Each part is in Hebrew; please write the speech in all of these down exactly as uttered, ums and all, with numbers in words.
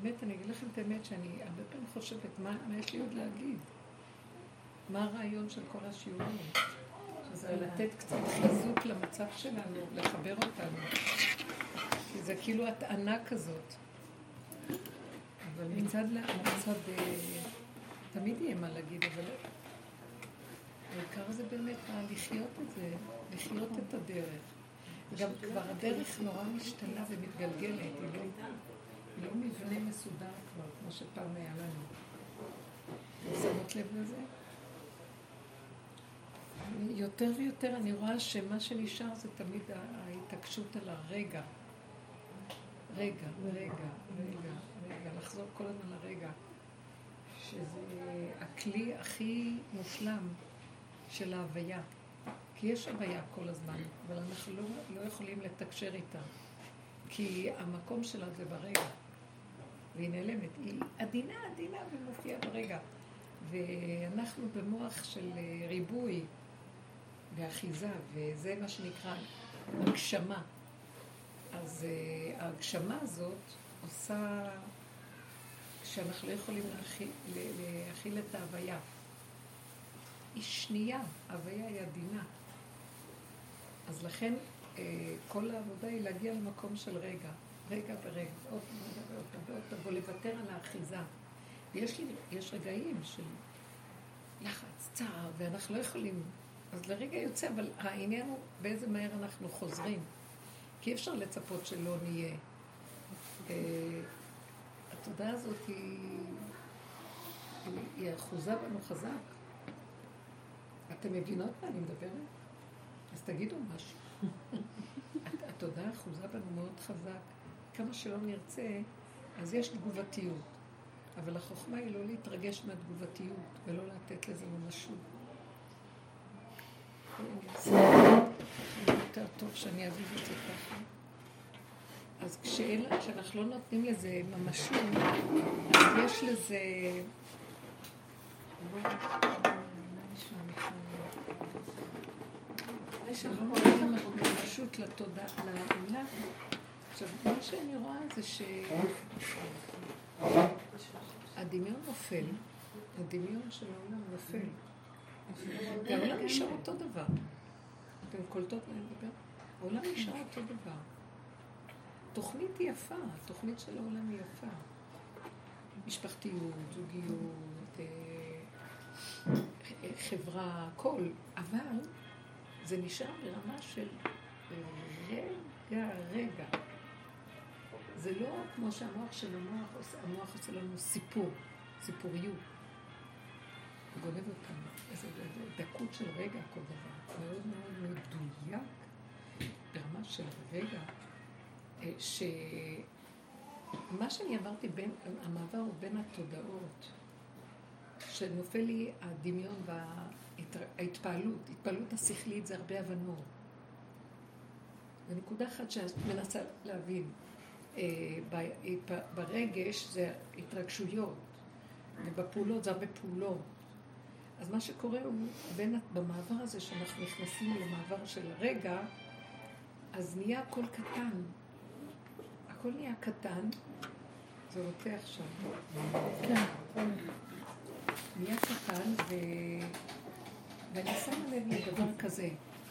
באמת, אני אגיד לכם את האמת שאני הרבה פעמים חושבת, מה, מה יש לי עוד להגיד? מה הרעיון של כל השיעורים? זה לתת קצת חיזוק למצב שלנו, לחבר אותנו. כי זה כאילו הטענה כזאת. אבל מצד למצד, תמיד יהיה מה להגיד, אבל העיקר זה באמת לחיות את זה, לחיות את הדרך. גם כבר הדרך נורא משתנה ומתגלגלת, היא לא מבנה מסודר כבר, כמו שפעם היה לנו. אתם שמות לב לזה? יותר ויותר אני רואה שמה שנשאר זה תמיד ההתעקשות על הרגע. רגע, רגע, רגע, רגע, לחזור כל הזמן לרגע. שזה הכלי הכי מושלם של ההוויה. כי יש הוויה כל הזמן, אבל אנחנו לא, לא יכולים לתקשר איתה. כי המקום שלה זה ברגע. והיא נעלמת. היא עדינה, עדינה ומופיעה ברגע. ואנחנו במוח של ריבוי ואחיזה, וזה מה שנקרא הגשמה. אז uh, ההגשמה הזאת עושה שאנחנו לא יכולים להכיל, להכיל את ההוויה. היא שנייה, ההוויה היא עדינה. אז לכן uh, כל העבודה היא להגיע למקום של רגע, רגע ורגע, עוד רגע ועוד ועוד ועוד, ולוותר על האחיזה. ויש לי, יש רגעים של לחץ, צער, ואנחנו לא יכולים, אז לרגע יוצא, אבל העניין הוא באיזה מהר אנחנו חוזרים. כי אפשר לצפות שלא נהיה. התודעה הזאת היא, היא אחוזה בנו חזק. אתם מבינות מה אני מדברת? אז תגידו משהו. התודעה אחוזה בנו מאוד חזק. כמה שלא נרצה, אז יש תגובתיות. אבל החוכמה היא לא להתרגש מהתגובתיות, ולא לתת לזה ממשות. יותר טוב שאני אביב את זה ככה. אז כשאנחנו לא נותנים לזה ממשות, אז יש לזה... יש אנחנו לא נותנים ממשות לתודעה, לעולה. עכשיו, מה שאני רואה זה שהדמיון נופל, הדמיון של העולם נופל. והעולם נשאר אותו דבר. אתם קולטות מה אני מדבר? העולם נשאר אותו דבר. תוכנית היא יפה, התוכנית של העולם היא יפה. משפחתיות, זוגיות, חברה, הכל. אבל זה נשאר ברמה של רגע, רגע. זה לא כמו שהמוח של המוח, המוח עושה לנו סיפור, סיפוריות. הוא גונב אותנו. איזו דקות של רגע, כל דבר. מאוד מאוד מדויק, ברמה של רגע, שמה שאני עברתי בין, המעבר הוא בין התודעות, שנופל לי הדמיון וההתפעלות, התפעלות השכלית זה הרבה הבנות. ונקודה אחת שאני מנסה להבין, ברגש זה התרגשויות, ובפעולות זה הרבה פעולות. אז מה שקורה הוא, בין, במעבר הזה שאנחנו נכנסים למעבר של הרגע, אז נהיה הכל קטן. הכל נהיה קטן, זה רותח שם. כן. נהיה קטן, ו... ואני שמה לב לדבר כזה.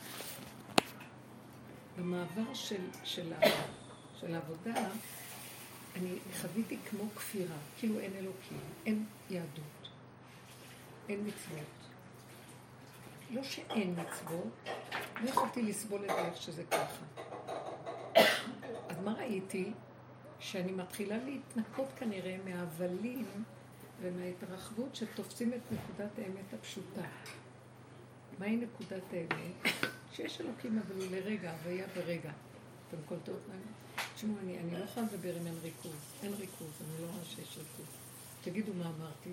במעבר של, של, ה... של העבודה, אני חוויתי כמו כפירה, כאילו אין אלוקים, אין יהדות, אין מצוות. לא שאין מצוות, לא יכולתי לסבול את איך שזה ככה. אז מה ראיתי? שאני מתחילה להתנקות כנראה מההבלים ומההתרחבות שתופסים את נקודת האמת הפשוטה. מהי נקודת האמת? שיש אלוקים אבל הוא לרגע, והיה ברגע. אתם קולטות מה? תשמעו, אני, אני לא יכולה לדבר אם אין ריכוז. אין ריכוז, אני לא רואה שיש ריכוז. תגידו מה אמרתי.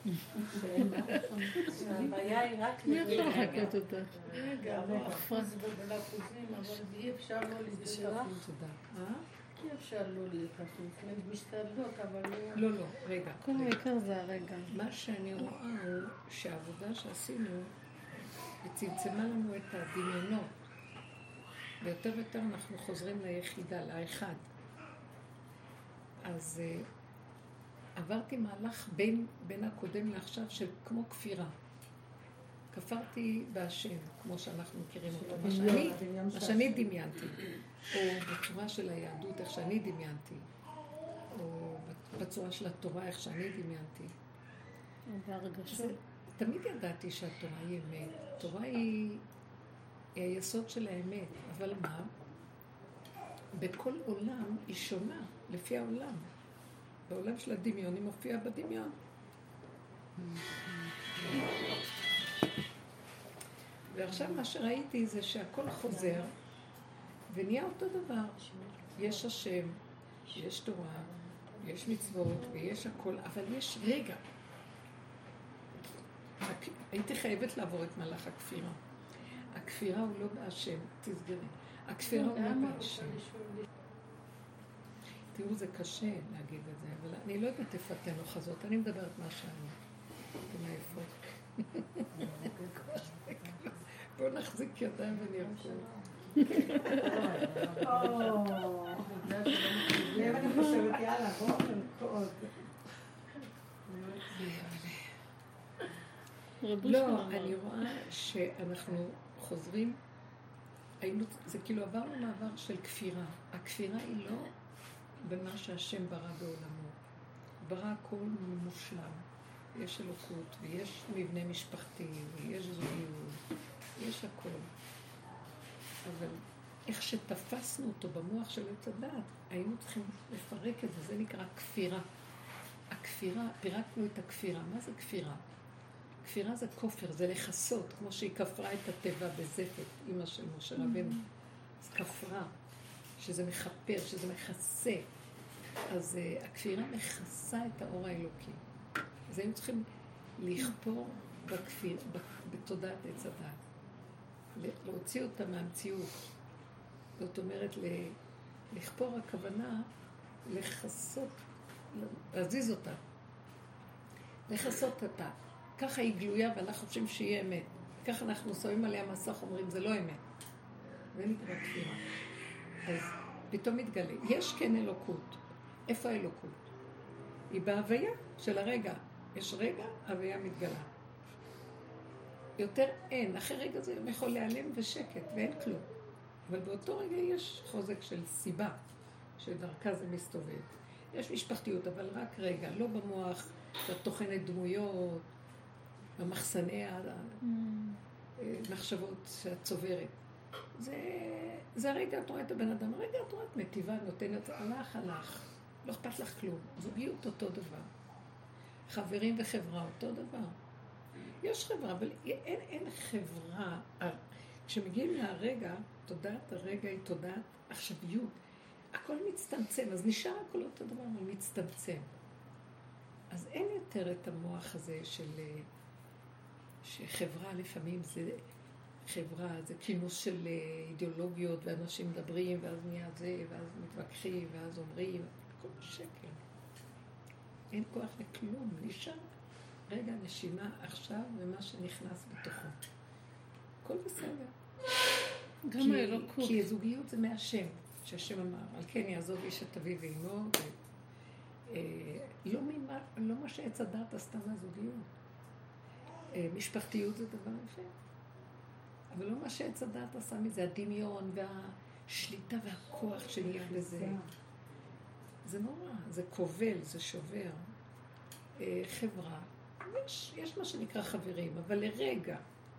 שהבעיה היא רק לרגע. אני יכולה לחכות אותך. רגע, אבל אחוז ובלאחוזים, אבל אי אפשר לא להתאפות. תודה. אי אפשר לא להתאפות. הן משתדלות, אבל לא... לא, לא, רגע. כל העיקר זה הרגע. מה שאני רואה הוא שהעבודה שעשינו צמצמה לנו את הדמיונות. ויותר ויותר אנחנו חוזרים ליחידה, לאחד. אז עברתי מהלך בין, בין הקודם לעכשיו של כמו כפירה. כפרתי בהשם, כמו שאנחנו מכירים אותו, מה שאני, מה שאני דמיינתי, או בצורה של היהדות, איך שאני דמיינתי, או בצורה של התורה, איך שאני דמיינתי. והרגשות. תמיד ידעתי שהתורה היא אמת. התורה היא, היא היסוד של האמת, אבל מה? בכל עולם היא שונה, לפי העולם. בעולם של הדמיון היא מופיעה בדמיון. ועכשיו מה שראיתי זה שהכל חוזר ונהיה אותו דבר. יש השם, יש תורה, יש מצוות ויש הכל, אבל יש רגע. הייתי חייבת לעבור את מהלך הכפירה. הכפירה הוא לא בהשם, תסגרי. הכפירה הוא לא בהשם. תראו, זה קשה להגיד את זה, אבל אני לא יודעת איפה אתן אוחזות, אני מדברת מה שאני. אתם איפה? בואו נחזיק ידיים ונרקוד. אני חושבת, יאללה, בואו נרקוד. לא, אני רואה שאנחנו חוזרים, זה כאילו עברנו מעבר של כפירה. הכפירה היא לא במה שהשם ברא בעולמו. ברא הכל מושלם. יש אלוקות, ויש מבנה משפחתי, ויש זוגיות, יש הכל. אבל איך שתפסנו אותו במוח של עץ הדעת, היינו צריכים לפרק את זה, זה נקרא כפירה. הכפירה, פירקנו את הכפירה. מה זה כפירה? כפירה זה כופר, זה לחסות, כמו שהיא כפרה את הטבע בזפת, אמא של משה רבנו. אז כפרה, שזה מחפר, שזה מכסה. אז uh, הכפירה מכסה את האור האלוקי. אז היינו צריכים לכפור בכפיר, בתודעת עץ הדעת. להוציא אותה מהמציאות. זאת אומרת, לכפור הכוונה, לחסות, להזיז אותה. לחסות אותה. ככה היא גלויה ואנחנו חושבים שהיא אמת. ככה אנחנו שמים עליה מסך, אומרים, זה לא אמת. זה נקרא כפירה. אז פתאום מתגלה. יש כן אלוקות. איפה האלוקות? היא בהוויה של הרגע. יש רגע, הוויה מתגלה. יותר אין. אחרי רגע זה יכול להיעלם ושקט, ואין כלום. אבל באותו רגע יש חוזק של סיבה, שדרכה זה מסתובב. יש משפחתיות, אבל רק רגע. לא במוח, שטוחנת דמויות, במחסני המחשבות שאת צוברת. זה, זה הרגע את רואה את הבן אדם. הרגע את רואה את נתיבה, נותנת, הלך, הלך. לא אכפת לך כלום. זוגיות אותו דבר. חברים וחברה אותו דבר. יש חברה, אבל אין, אין חברה. כשמגיעים להרגע, תודעת הרגע היא תודעת עכשוויות. הכל מצטמצם, אז נשאר הכל אותו דבר, אבל מצטמצם. אז אין יותר את המוח הזה של... שחברה לפעמים זה חברה, זה כינוס של אידיאולוגיות, ואנשים מדברים, ואז נהיה זה, ואז מתווכחים, ואז אומרים, הכל שקר. אין כוח לכלום, נשאר רגע נשימה עכשיו, ומה שנכנס בתוכו. הכל בסדר. גם האלוקות. כי הזוגיות זה מהשם, שהשם אמר, על כן יעזוב איש את אביו ואמו, לא, לא מה שעץ הדעת עשתה מהזוגיות. משפחתיות זה דבר יפה. אבל לא מה שעץ הדעת עשה מזה, הדמיון והשליטה והכוח שנהיה בזה. זה נורא, זה כובל, זה שובר. חברה, יש, יש מה שנקרא חברים, אבל לרגע.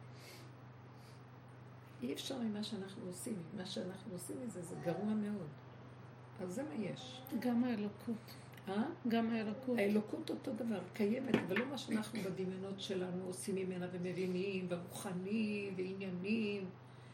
אי אפשר ממה שאנחנו עושים, מה שאנחנו עושים מזה, זה גרוע מאוד. אז זה מה יש. גם האלוקות. אה? גם האלוקות. האלוקות אותו דבר, קיימת, אבל לא מה שאנחנו בדמיונות שלנו עושים ממנה ומבינים, ומוכנים, ועניינים.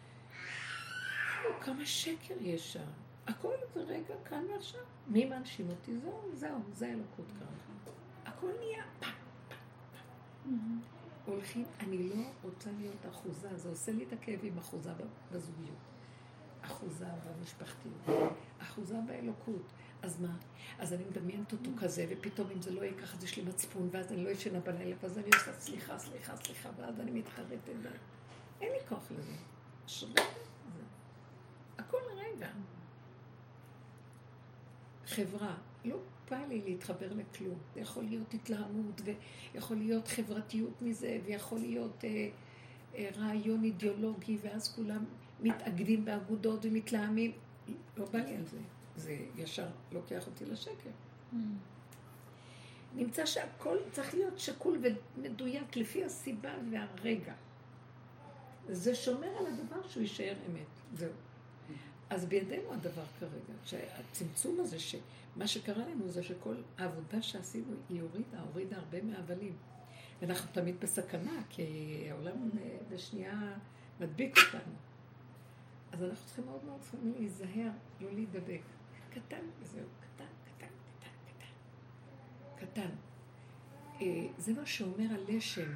כמה שקר יש שם. הכל זה רגע כאן ועכשיו. מי מנשים אותי? זהו, זהו, זה האלוקות כאן. הכל נהיה פע, פע, פע. הולכים, אני לא רוצה להיות אחוזה, זה עושה לי את הכאב עם אחוזה בזוגיות. אחוזה במשפחתיות, אחוזה באלוקות. אז מה? אז אני מדמיינת אותו כזה, ופתאום אם זה לא יהיה ככה, אז יש לי מצפון, ואז אני לא ישנה בלילה, ואז אני עושה סליחה, סליחה, סליחה, ואז אני מתחרטת. אין לי כוח לזה. שווה זה. הכל רגע. חברה, לא בא לי להתחבר לכלום. זה יכול להיות התלהמות, ויכול להיות חברתיות מזה, ויכול להיות אה, אה, רעיון אידיאולוגי, ואז כולם מתאגדים באגודות ומתלהמים. לא בא לי על זה. זה ישר לוקח אותי לשקר. Mm. נמצא שהכל צריך להיות שקול ומדויק לפי הסיבה והרגע. זה שומר על הדבר שהוא יישאר אמת. זהו. אז בידינו הדבר כרגע, שהצמצום הזה, שמה שקרה לנו זה שכל העבודה שעשינו היא הורידה, הורידה הרבה מהבלים. ואנחנו תמיד בסכנה, כי העולם בשנייה מדביק אותנו. אז אנחנו צריכים מאוד מאוד לפעמים להיזהר, לא להידבק. קטן וזהו, קטן, קטן, קטן, קטן. קטן. זה מה שאומר הלשם,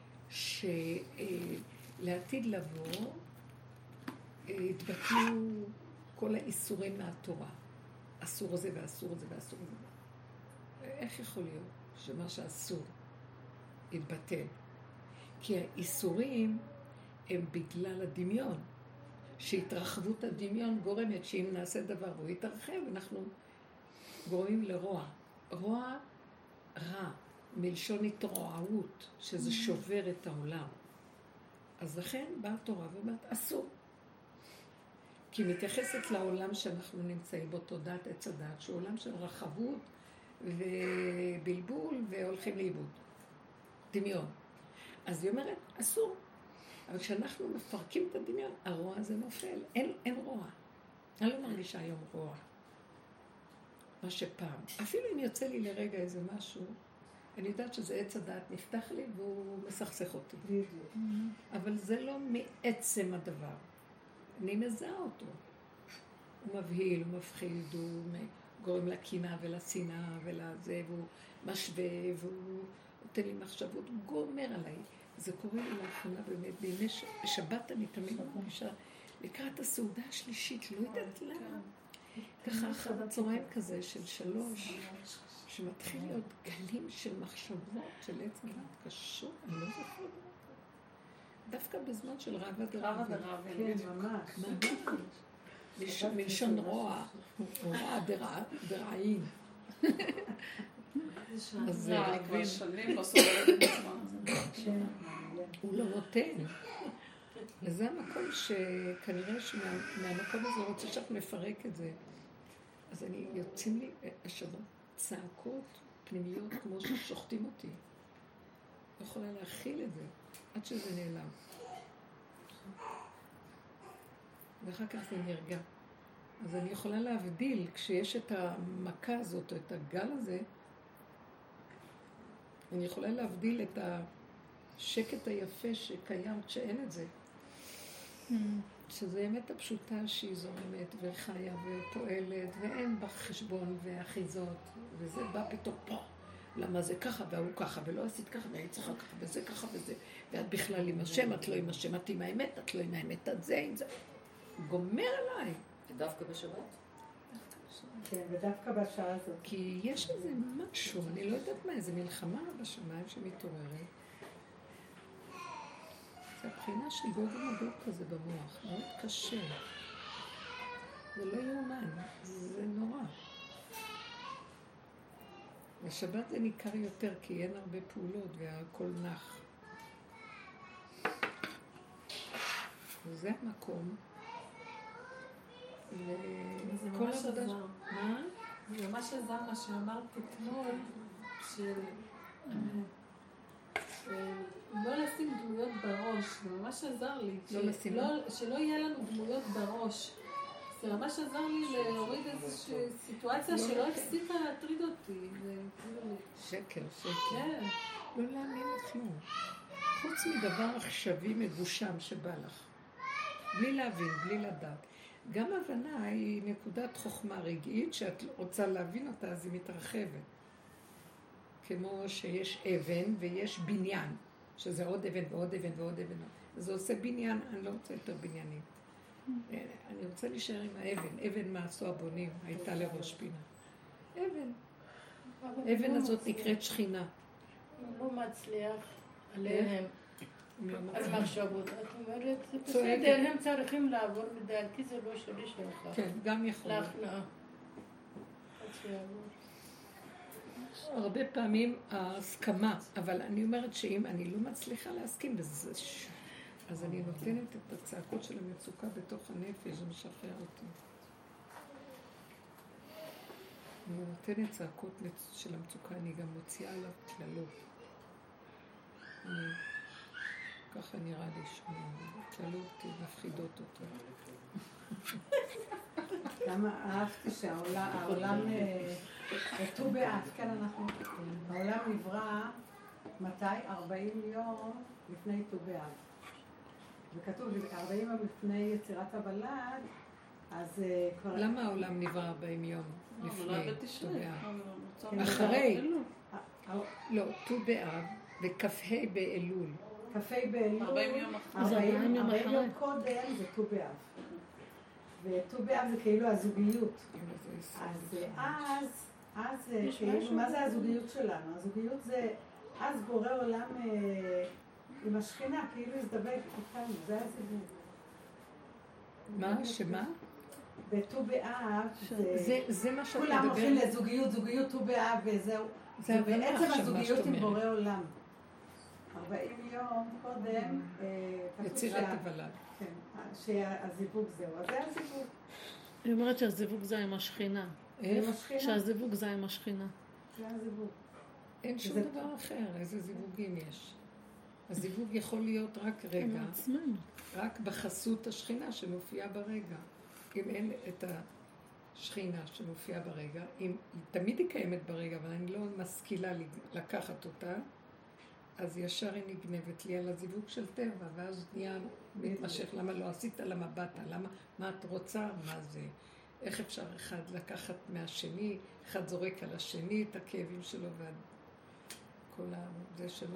שלעתיד לבוא, התבטלו כל האיסורים מהתורה. אסור הזה ואסור הזה ואסור הזה. איך יכול להיות שמה שאסור יתבטל? כי האיסורים הם בגלל הדמיון. שהתרחבות הדמיון גורמת שאם נעשה דבר והוא יתרחב, אנחנו גורמים לרוע. רוע רע, מלשון התרועעות, שזה שובר את העולם. אז לכן באה התורה ואומרת, אסור. כי היא מתייחסת לעולם שאנחנו נמצאים בו, תודעת עץ הדעת, שהוא עולם של רחבות ובלבול והולכים לאיבוד. דמיון. אז היא אומרת, אסור. אבל כשאנחנו מפרקים את הדמיון, הרוע הזה נופל. אין, אין רוע. אני לא מרגישה היום רוע. מה שפעם. אפילו אם יוצא לי לרגע איזה משהו, אני יודעת שזה עץ הדעת נפתח לי והוא מסכסך אותי. אבל זה לא מעצם הדבר. אני מזהה אותו. הוא מבהיל, הוא מפחיד, הוא גורם לקנאה ולשנאה ולזה, והוא משווה, והוא נותן לי מחשבות, הוא גומר עליי. זה קורה לי לאחרונה באמת, בימי שבת אני תמיד מרגישה לקראת הסעודה השלישית, לא יודעת למה. ככה אחר הצהריים כזה של שלוש, שמתחיל להיות גלים של מחשבות, של עץ גלת קשור, אני לא זוכרת. דווקא בזמן של רעבה דרעבה. כן, ממש. ממש. מלשון רוע, רוע דרעין. אז אני כבר שנים לא סובלת את הזמן הזה. הוא לא נותן. וזה המקום שכנראה שמהמקום הזה רוצה שאנחנו נפרק את זה. אז אני יוצאים לי השבוע צעקות פנימיות כמו ששוחטים אותי. לא יכולה להכיל את זה עד שזה נעלם. ואחר כך זה נרגע. אז אני יכולה להבדיל כשיש את המכה הזאת או את הגל הזה, אני יכולה להבדיל את השקט היפה שקיים כשאין את זה. שזה האמת הפשוטה שהיא זורמת וחיה ופועלת ואין בה חשבון ואחיזות, וזה בא פתאום פה. למה זה ככה והוא ככה ולא עשית ככה והיא צריכה ככה וזה ככה וזה, ואת בכלל עם השם, את לא עם השם, את עם האמת, את לא עם האמת, את זה עם זה. גומר עליי. ודווקא בשבת? כן, ודווקא בשעה הזאת. כי יש איזה משהו, אני לא יודעת מה, איזה מלחמה בשמיים שמתעוררת. זה הבחינה של גוג ומגוג כזה במוח, מאוד קשה. זה לא יאומן, זה נורא. בשבת זה ניכר יותר, כי אין הרבה פעולות והכל נח. וזה המקום. זה ממש עזר. מה? זה ממש עזר מה שאמרת אתמול, של לא לשים דמויות בראש. זה ממש עזר לי. שלא יהיה לנו דמויות בראש. זה ממש עזר לי להוריד איזושהי סיטואציה שלא הפסיקה להטריד אותי. שקר, שקר. כן. לא להאמין לכלום. חוץ מדבר עכשווי מגושם שבא לך. בלי להבין, בלי לדעת. גם הבנה היא נקודת חוכמה רגעית שאת רוצה להבין אותה, אז היא מתרחבת. כמו שיש אבן ויש בניין, שזה עוד אבן ועוד אבן ועוד אבן. אז זה עושה בניין, אני לא רוצה יותר בניינים. אני רוצה להישאר עם האבן. אבן מעשו הבונים, הייתה לראש פינה. אבן. אבן הזאת נקראת שכינה. לא מצליח עליהם. על מחשבות. את אומרת, בסדר, הם צריכים לעבור בדרכי, זה לא שלי שלך. כן, גם יכול. להכנעה. עד שיעבור. הרבה פעמים ההסכמה, אבל אני אומרת שאם אני לא מצליחה להסכים בזה, אז אני נותנת את הצעקות של המצוקה בתוך הנפש, זה משחרר אותי. אני נותנת צעקות של המצוקה, אני גם מוציאה עליו כללות. אני, ככה נראה לי שכללות מפחידות אותו. למה אהבתי שהעולם, ט"ו באב, כן אנחנו, העולם נברא מתי? ארבעים יום לפני ט"ו באב. וכתוב ארבעים יום לפני יצירת הוולד, אז כבר... למה העולם נברא ארבעים יום לפני ט"ו באב? אחרי. לא, ט"ו באב וכ"ה באלול. כ"ה באלול. ארבעים יום ארבעים יום קודם זה ט"ו באב. וט"ו באב זה כאילו הזוגיות. אז אז, אז כאילו, מה זה הזוגיות שלנו? הזוגיות זה, אז בורא עולם עם השכינה, כאילו הזדבק איתנו, זה הזיווג. מה? שמה? בט"ו באב, זה מה שאת מדברת. כולם הולכים לזוגיות, זוגיות ט"ו באב וזהו. זה בעצם הזוגיות עם בורא עולם. ארבעים יום קודם, יצירת הוולד. כן, שהזיווג זהו, אז זה הזיווג. היא אומרת שהזיווג זה עם השכינה. עם השכינה. שהזיווג זה עם השכינה. זה הזיווג. אין שום דבר אחר, איזה זיווגים יש. הזיווג יכול להיות רק רגע, רק בחסות השכינה שמופיעה ברגע. אם אין את השכינה שמופיעה ברגע, אם תמיד היא קיימת ברגע, אבל אני לא משכילה לקחת אותה, אז ישר היא נגנבת לי על הזיווג של טבע, ואז נהיה מתמשך, למה לא עשית לה מבטה, למה, מה את רוצה, מה זה, איך אפשר אחד לקחת מהשני, אחד זורק על השני את הכאבים שלו וכל זה שלו,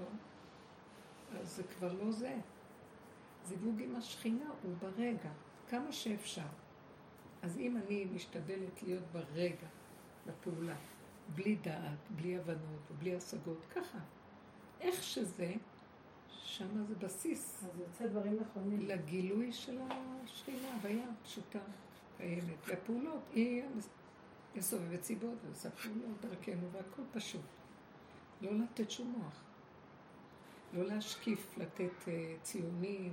אז זה כבר לא זה. זיווג עם השכינה הוא ברגע, כמה שאפשר. אז אם אני משתדלת להיות ברגע, בפעולה, בלי דעת, בלי הבנות ובלי השגות, ככה. איך שזה, שמה זה בסיס. אז יוצא דברים נכונים. לגילוי של השכינה, הוויה פשוטה, קיימת. והפעולות, היא מסובבת סיבות ועושה פעולות דרכנו, והכל פשוט. לא לתת שום מוח. לא להשקיף, לתת uh, ציונים,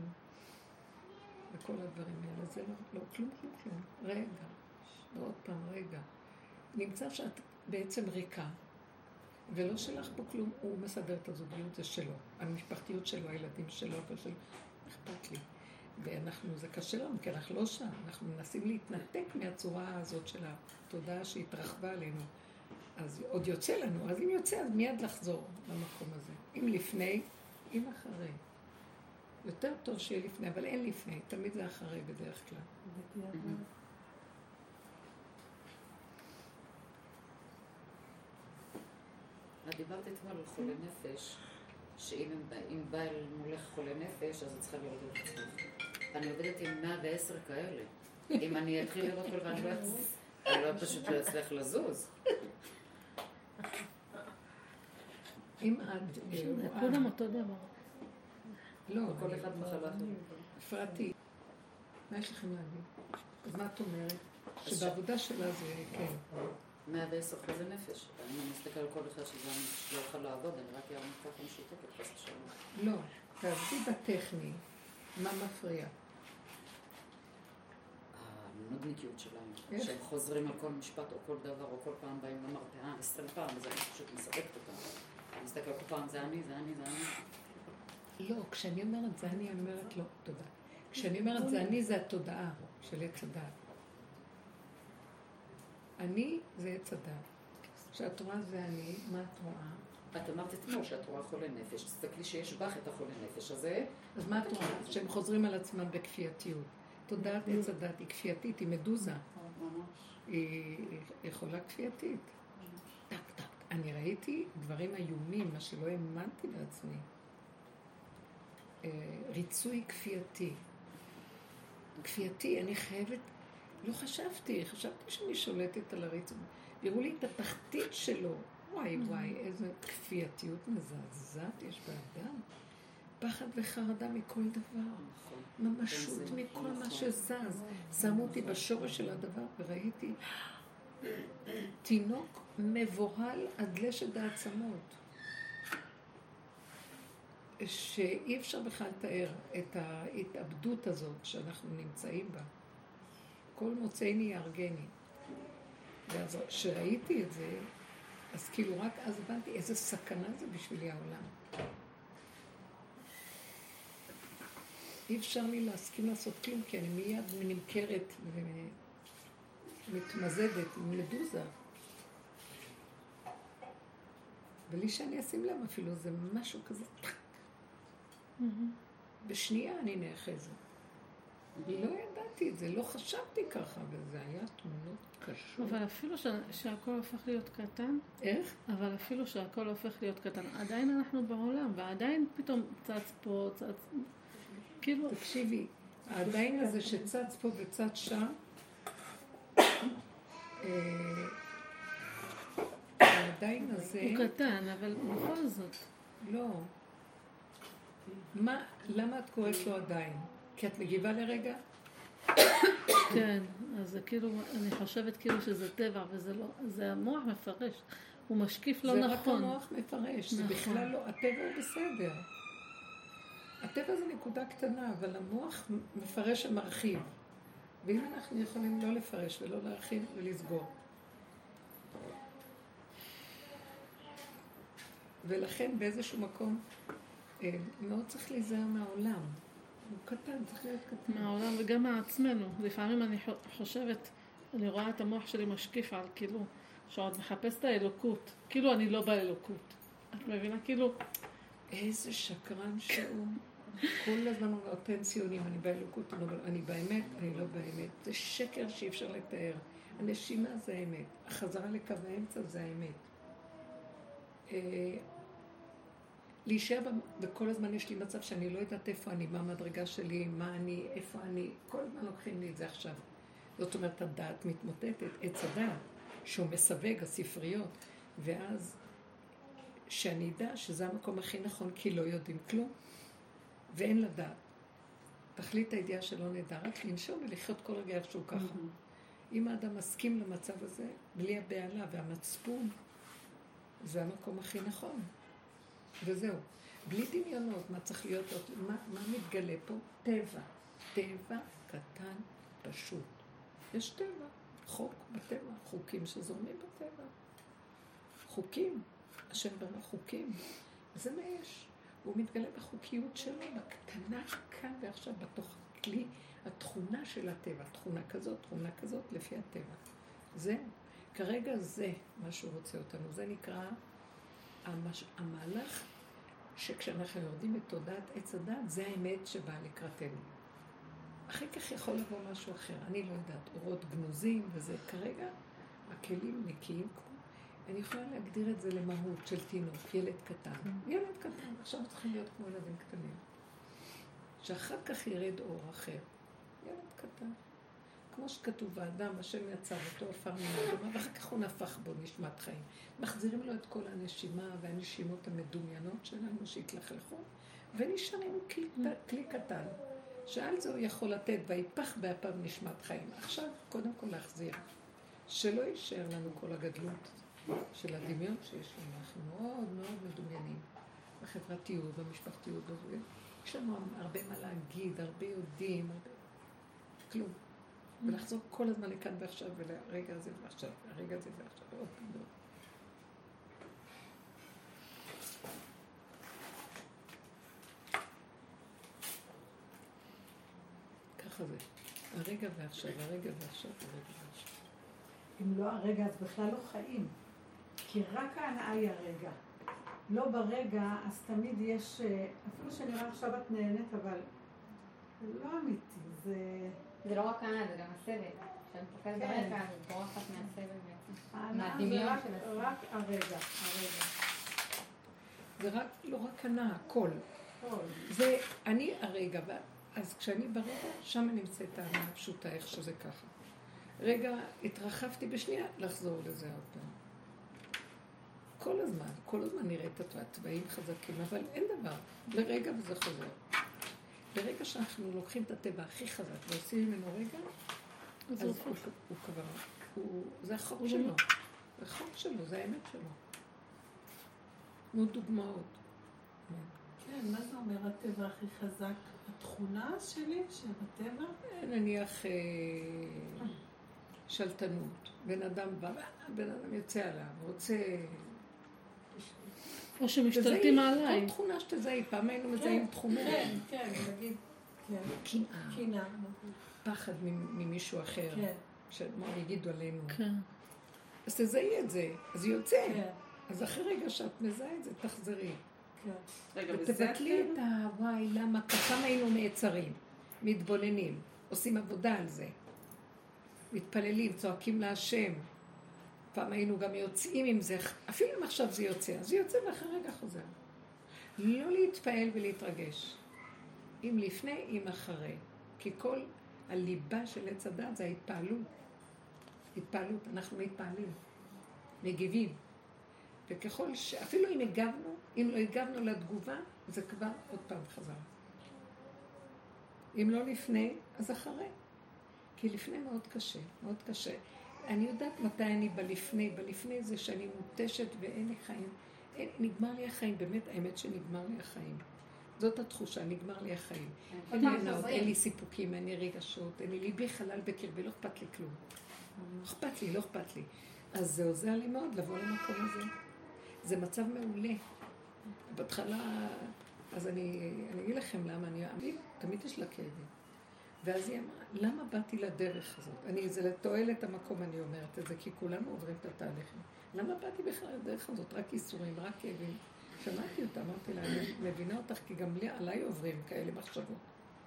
וכל הדברים האלה. זה לא, לא כלום, כלום, כלום. רגע, ועוד פעם, רגע. נמצא שאת בעצם ריקה. ולא שלך פה כלום, הוא מסדר את הזוגיות, זה שלו. המשפחתיות שלו, הילדים שלו, ושל... אכפת לי. ואנחנו, זה קשה לנו, כי אנחנו לא שם. אנחנו מנסים להתנתק מהצורה הזאת של התודעה שהתרחבה עלינו. אז עוד יוצא לנו, אז אם יוצא, אז מיד לחזור למקום הזה. אם לפני, אם אחרי. יותר טוב שיהיה לפני, אבל אין לפני, תמיד זה אחרי בדרך כלל. את דיברת אתמול על חולה נפש, שאם בעל מולך חולה נפש, אז את צריכה לראות את עצמך. אני עובדת עם מאה ועשר כאלה. אם אני אתחיל לראות כל ואני לא פשוט לא אצליח לזוז. אם את... כולם אותו דבר. לא, כל אחד מחלה. הפרעתי. מה יש לכם להגיד? אז מה את אומרת? שבעבודה שלה זה כן. מאה ועשר חוזה נפש. אני מסתכל על כל אחד שזה לא יכול לעבוד, אני רק ירמית ככה משותקת, חס ושלום. לא, תעבדי בטכני. מה מפריע? הנודניקיות שלהם. שהם חוזרים על כל משפט או כל דבר או כל פעם באים למרפאה, עשרים פעם, אז אני פשוט מספקת אותם. אני מסתכל כל פעם, זה אני, זה אני, זה אני. לא, כשאני אומרת זה אני, אני אומרת לא, תודה. כשאני אומרת זה אני, זה התודעה של עץ הדעת. אני זה עץ הדעת. כשאת רואה זה אני, מה את רואה? את אמרת אתמול שאת רואה חולה נפש, תסתכלי שיש בך את החולה נפש הזה. אז מה את רואה? שהם חוזרים על עצמם בכפייתיות. תודעת עץ הדעת היא כפייתית, היא מדוזה. היא יכולה כפייתית. טק, טק. אני ראיתי דברים איומים, מה שלא האמנתי בעצמי. ריצוי כפייתי. כפייתי, אני חייבת, לא חשבתי, חשבתי שאני שולטת על הריצוי. ויראו לי את התחתית שלו. וואי וואי, איזו כפייתיות מזעזעת יש באדם. פחד וחרדה מכל דבר. ממשות מכל מה שזז. שמו אותי בשורש של הדבר וראיתי, תינוק מבוהל עד לשד העצמות. שאי אפשר בכלל לתאר את ההתאבדות הזאת שאנחנו נמצאים בה. כל מוצאיני יהרגני. ואז כשראיתי את זה, אז כאילו רק אז הבנתי איזה סכנה זה בשבילי העולם. אי אפשר לי להסכים לעשות כלום, כי אני מיד נמכרת ומתמזדת עם מדוזה. בלי שאני אשים לב אפילו, זה משהו כזה טק. בשנייה אני נאחזת. לא ידעתי את זה, לא חשבתי ככה, וזה היה תמונות קשות. אבל אפילו שהכל הופך להיות קטן, איך? אבל אפילו שהכל הופך להיות קטן, עדיין אנחנו בעולם, ועדיין פתאום צץ פה, צץ... כאילו... תקשיבי, העדיין הזה שצץ פה וצץ שם, העדיין הזה... הוא קטן, אבל בכל זאת. לא. מה, למה את קוראת לו עדיין? כי את מגיבה לרגע? כן, אז זה כאילו, אני חושבת כאילו שזה טבע, וזה לא, זה המוח מפרש, הוא משקיף לא נכון. זה רק המוח מפרש, זה בכלל לא, הטבע הוא בסדר. הטבע זה נקודה קטנה, אבל המוח מפרש ומרחיב. ואם אנחנו יכולים לא לפרש ולא להרחיב ולסגור. ולכן באיזשהו מקום מאוד צריך להיזהר מהעולם. הוא קטן, צריך להיות קטן. מהעולם וגם מעצמנו. לפעמים אני חושבת, אני רואה את המוח שלי משקיף על כאילו, שעוד מחפש את האלוקות. כאילו אני לא באלוקות. את מבינה? כאילו... איזה שקרן שהוא. כל הזמן הוא נותן ציונים, אני באלוקות, אני באמת, אני לא באמת. זה שקר שאי אפשר לתאר. הנשימה זה האמת. החזרה לקו האמצע זה האמת. להישאר, וכל הזמן יש לי מצב שאני לא יודעת איפה אני, מה המדרגה שלי, מה אני, איפה אני, כל הזמן לוקחים לי את זה עכשיו. זאת אומרת, הדעת מתמוטטת, עץ הדעת, שהוא מסווג הספריות, ואז שאני אדע שזה המקום הכי נכון, כי לא יודעים כלום, ואין לדעת. תכלית הידיעה שלא נדע, רק לנשום ולחיות כל רגע איכשהו ככה. אם האדם מסכים למצב הזה, בלי הבעלה והמצפון, זה המקום הכי נכון. וזהו. בלי דמיונות, מה צריך להיות, מה, מה מתגלה פה? טבע. טבע קטן פשוט. יש טבע. חוק בטבע. חוקים שזורמים בטבע. חוקים. השם ברא חוקים. זה מה יש. הוא מתגלה בחוקיות שלו, בקטנה כאן ועכשיו, בתוך הכלי, התכונה של הטבע. תכונה כזאת, תכונה כזאת, לפי הטבע. זה, כרגע זה מה שהוא רוצה אותנו. זה נקרא המש... המהלך שכשאנחנו יורדים בתודעת עץ הדת, זה האמת שבאה לקראתנו. אחרי כך יכול לבוא משהו אחר, אני לא יודעת, אורות גנוזים וזה. כרגע הכלים נקיים, אני יכולה להגדיר את זה למהות של תינוק, ילד קטן. ילד קטן, עכשיו צריכים להיות כמו ילדים קטנים. שאחר כך ירד אור אחר. ילד קטן. כמו שכתוב, האדם, השם יצר אותו עפר מן האדמה, ואחר כך הוא נפח בו נשמת חיים. מחזירים לו את כל הנשימה והנשימות המדומיינות שלנו שהתלכלכו, ונשארים כלי, כלי קטן, שעל זה הוא יכול לתת, ויפח באפיו נשמת חיים. עכשיו, קודם כל להחזיר, שלא יישאר לנו כל הגדלות של הדמיון שיש לנו. אנחנו מאוד מאוד מדומיינים בחברתיות, במשפחתיות, בזה. יש לנו הרבה מה להגיד, הרבה יודעים, הרבה... כלום. ולחזור כל הזמן לכאן ועכשיו, ולרגע הזה ועכשיו, הרגע הזה ועכשיו, ועוד פעם ועוד. ככה זה. הרגע ועכשיו, הרגע ועכשיו, הרגע ועכשיו. אם לא הרגע, אז בכלל לא חיים. כי רק ההנאה היא הרגע. לא ברגע, אז תמיד יש, אפילו שנראה עכשיו את נהנית, אבל זה לא אמיתי, זה... זה לא רק ההנאה, זה גם הסבל. כשאני מפקד ברגע, אני בורחת מהסבל בעצם. ההנאה זה רק הרגע, הרגע. זה רק, לא רק הנאה, הכל. זה אני הרגע, אז כשאני ברגע, שם נמצאת ההנאה הפשוטה, איך שזה ככה. רגע, התרחבתי בשנייה, לחזור לזה עוד פעם. כל הזמן, כל הזמן נראה את התוואים חזקים, אבל אין דבר, לרגע וזה חוזר. ברגע שאנחנו לוקחים את הטבע הכי חזק ועושים ממנו רגע, אז הוא כבר הוא, זה החוק שלו. זה החוק שלו, זה האמת שלו. תנו דוגמאות. כן, מה זה אומר הטבע הכי חזק? התכונה שלי, של הטבע? נניח שלטנות. בן אדם בא, בן אדם יוצא עליו, רוצה... או שמשתלטים עליי. כל תכונה שתזהי, פעם היינו מזהים תכונה. כן, כן, נגיד. קנאה. קנאה. פחד ממישהו אחר. כן. שמה יגידו עלינו. כן. אז תזהי את זה, אז יוצא. אז אחרי רגע שאת מזהה את זה, תחזרי. ותבטלי את הוואי, למה? כמה היינו נעצרים, מתבוננים, עושים עבודה על זה. מתפללים, צועקים להשם. פעם היינו גם יוצאים עם זה, אפילו אם עכשיו זה יוצא, אז זה יוצא ואחרי רגע חוזר. לא להתפעל ולהתרגש. אם לפני, אם אחרי. כי כל הליבה של עץ הדת זה ההתפעלות. התפעלות, אנחנו מתפעלים, מגיבים. וככל ש... אפילו אם הגבנו, אם לא הגבנו לתגובה, זה כבר עוד פעם חזר. אם לא לפני, אז אחרי. כי לפני מאוד קשה, מאוד קשה. אני יודעת מתי אני בלפני, בלפני זה שאני מותשת ואין לי חיים. אין, נגמר לי החיים, באמת האמת שנגמר לי החיים. זאת התחושה, נגמר לי החיים. אין לי ענאות, אין לי סיפוקים, אין לי רגשות, אין לי ליבי חלל בקרבי, לא אכפת לי כלום. לא אכפת לי, לא אכפת לי. אז זה עוזר לי מאוד לבוא למקום הזה. זה מצב מעולה. בהתחלה, אז אני, אני אגיד לכם למה, אני אגיד, תמיד יש לה כאבים. ואז היא אמרה, למה באתי לדרך הזאת? אני, זה לתועלת המקום, אני אומרת את זה, כי כולנו עוברים את התהליכים. למה באתי בכלל לדרך הזאת? רק איסורים, רק כאבים. שמעתי אותה, אמרתי לה, אני מבינה אותך, כי גם לי, עליי עוברים כאלה מחשבות.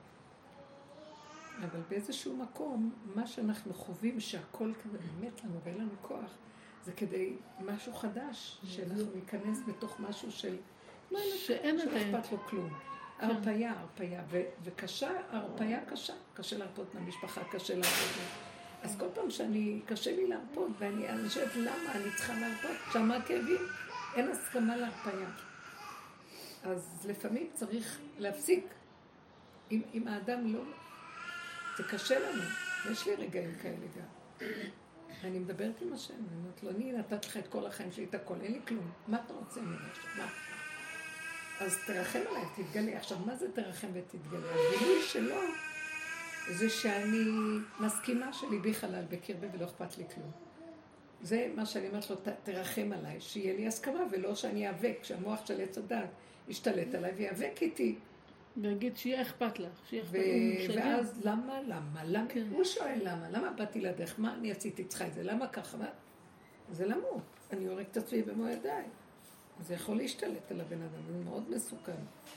אבל באיזשהו מקום, מה שאנחנו חווים, שהכל כזה באמת לנו ואין לנו כוח, זה כדי משהו חדש, שאנחנו ניכנס בתוך משהו של... שאין את האמת. שלא אכפת לו כלום. הרפיה, הרפיה, וקשה, הרפיה קשה. קשה להרפות מהמשפחה, קשה להרפות מה... אז כל פעם שאני, קשה לי להרפות, ואני חושבת למה אני צריכה להרפות? שמה כאבים, אין הסכמה להרפיה. אז לפעמים צריך להפסיק. אם, אם האדם לא... זה קשה לנו. יש לי רגעים כאלה גם. אני מדברת עם השם, אני אומרת לו, אני נתת לך את כל החיים שלי, את הכל, אין לי כלום. מה אתה רוצה ממני עכשיו? מה? אז תרחם עליי, תתגלה. עכשיו, מה זה תרחם ותתגלה? הגילוי שלו זה שאני מסכימה שליבי חלל בקרבי ולא אכפת לי כלום. זה מה שאני אומרת לו, תרחם עליי, שיהיה לי הסכמה, ולא שאני אאבק, שהמוח של עץ הדת ישתלט עליי ויאבק איתי. ויגיד שיהיה אכפת לך, שיהיה אכפת לך. ואז למה, למה, למה? הוא שואל למה, למה באתי לדרך? מה אני עשיתי צריכה את זה? למה ככה? זה למות. אני יורק את עצמי במו ידיי. זה יכול להשתלט על הבן אדם, זה מאוד מסוכן.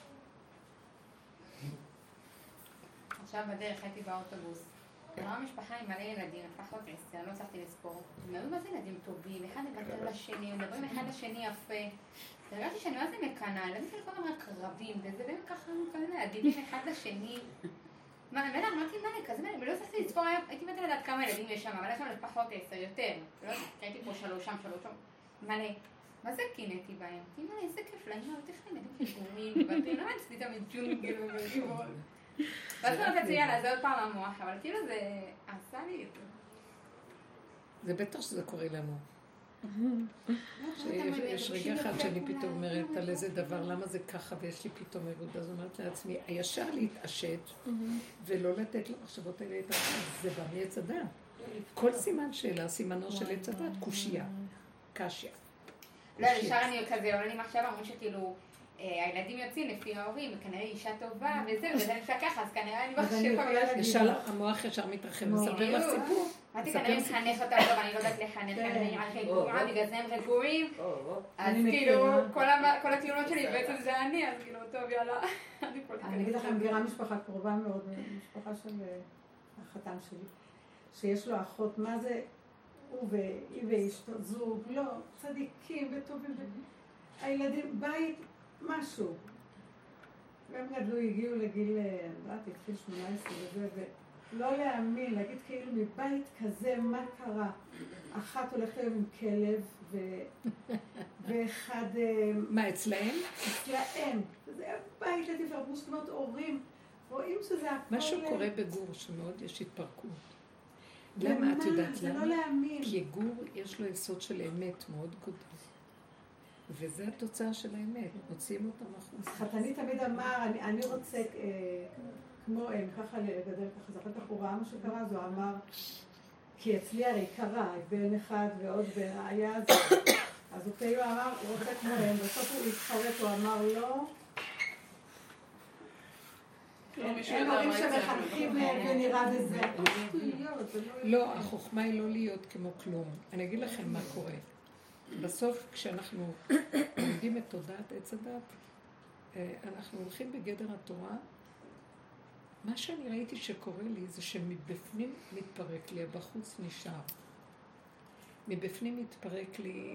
עכשיו בדרך הייתי באוטובוס. אמרה משפחה עם מלא ילדים, לפחות עשר, אני לא הצלחתי לספור. הם היו מה זה ילדים טובים, אחד מוותר לשני, מדברים אחד לשני יפה. הרגשתי שאני מה זה מקנה, ילדים שלי כל הזמן רק רבים, וזה באמת ככה כזה, עדינים אחד לשני. מה, אני אמרתי מה אני כזה, אני לא הצלחתי לספור, הייתי מתה לדעת כמה ילדים יש שם, אבל יש שם לפחות עשר, יותר. הייתי פה שלוש שם, שלוש שם, מלא. מה זה קינאתי בהם? תראי מה, איזה כיף להם, יותר לך ילדים חיגורים, ואתה לא מצליחי תמיד ג'ונגל ובגבול. ואז אני רציתי, יאללה, זה עוד פעם המוח, אבל כאילו זה עשה לי את זה. זה בטח שזה קורה לנו. שיש רגע אחד שאני פתאום אומרת על איזה דבר, למה זה ככה ויש לי פתאום עירות, אז אומרת לעצמי, הישר להתעשת ולא לתת למחשבות האלה את החיים, זה בא מעץ הדת. כל סימן שאלה, סימנו של עץ הדת, קושיה, קשיה. לא, ישר אני כזה, עולה לי מחשב, אמרו שכאילו, הילדים יוצאים לפי ההורים, וכנראה אישה טובה וזה, וזה נפלא ככה, אז כנראה אני מחשב ישר, המוח ישר מתרחב, מספר לך סיפור. אמרתי, כנראה אני מחנך אותם טוב, אני לא יודעת לחנך, אני נראה רגועה, בגלל זה הם רגועים, אז כאילו, כל התלונות שלי בעצם זה אני, אז כאילו, טוב, יאללה. אני אגיד לכם, גרה משפחה קרובה מאוד, משפחה של החתן שלי, שיש לו אחות, מה זה, הוא והיא ואשתו, זוג, לא, צדיקים וטובים, הילדים, בית, משהו. והם גדלו, הגיעו לגיל, אמרתי, גיל שמונה עשרה וזה, ולא להאמין, להגיד כאילו מבית כזה, מה קרה? אחת הולכת היום עם כלב, ו... ואחד... מה, אצלהם? אצלהם. זה בית לתפארת, זאת אומרת, הורים, רואים שזה הכל... משהו קורה בגור שמאוד יש התפרקות. למה את יודעת? זה לא להאמין. כי גור יש לו יסוד של אמת מאוד גדול. וזה התוצאה של האמת, מוציאים אותם החוצה. חתני תמיד אמר, אני, אני רוצה, אה, כמו הם, ככה לגדל ככה, זוכרת לך, הוא ראה מה שקרה, אז הוא אמר, כי אצלי הרי קרה, בן אחד ועוד בן, היה זה. אז הוא כאילו אמר, הוא רוצה כמו הם, בסוף הוא התחרט, הוא אמר לא, אין הורים שמחנכים ונראה בזה. לא, החוכמה היא לא להיות כמו כלום. אני אגיד לכם מה קורה. בסוף, כשאנחנו לומדים את תודעת עץ הדת, אנחנו הולכים בגדר התורה. מה שאני ראיתי שקורה לי זה שמבפנים מתפרק לי, בחוץ נשאר. מבפנים מתפרק לי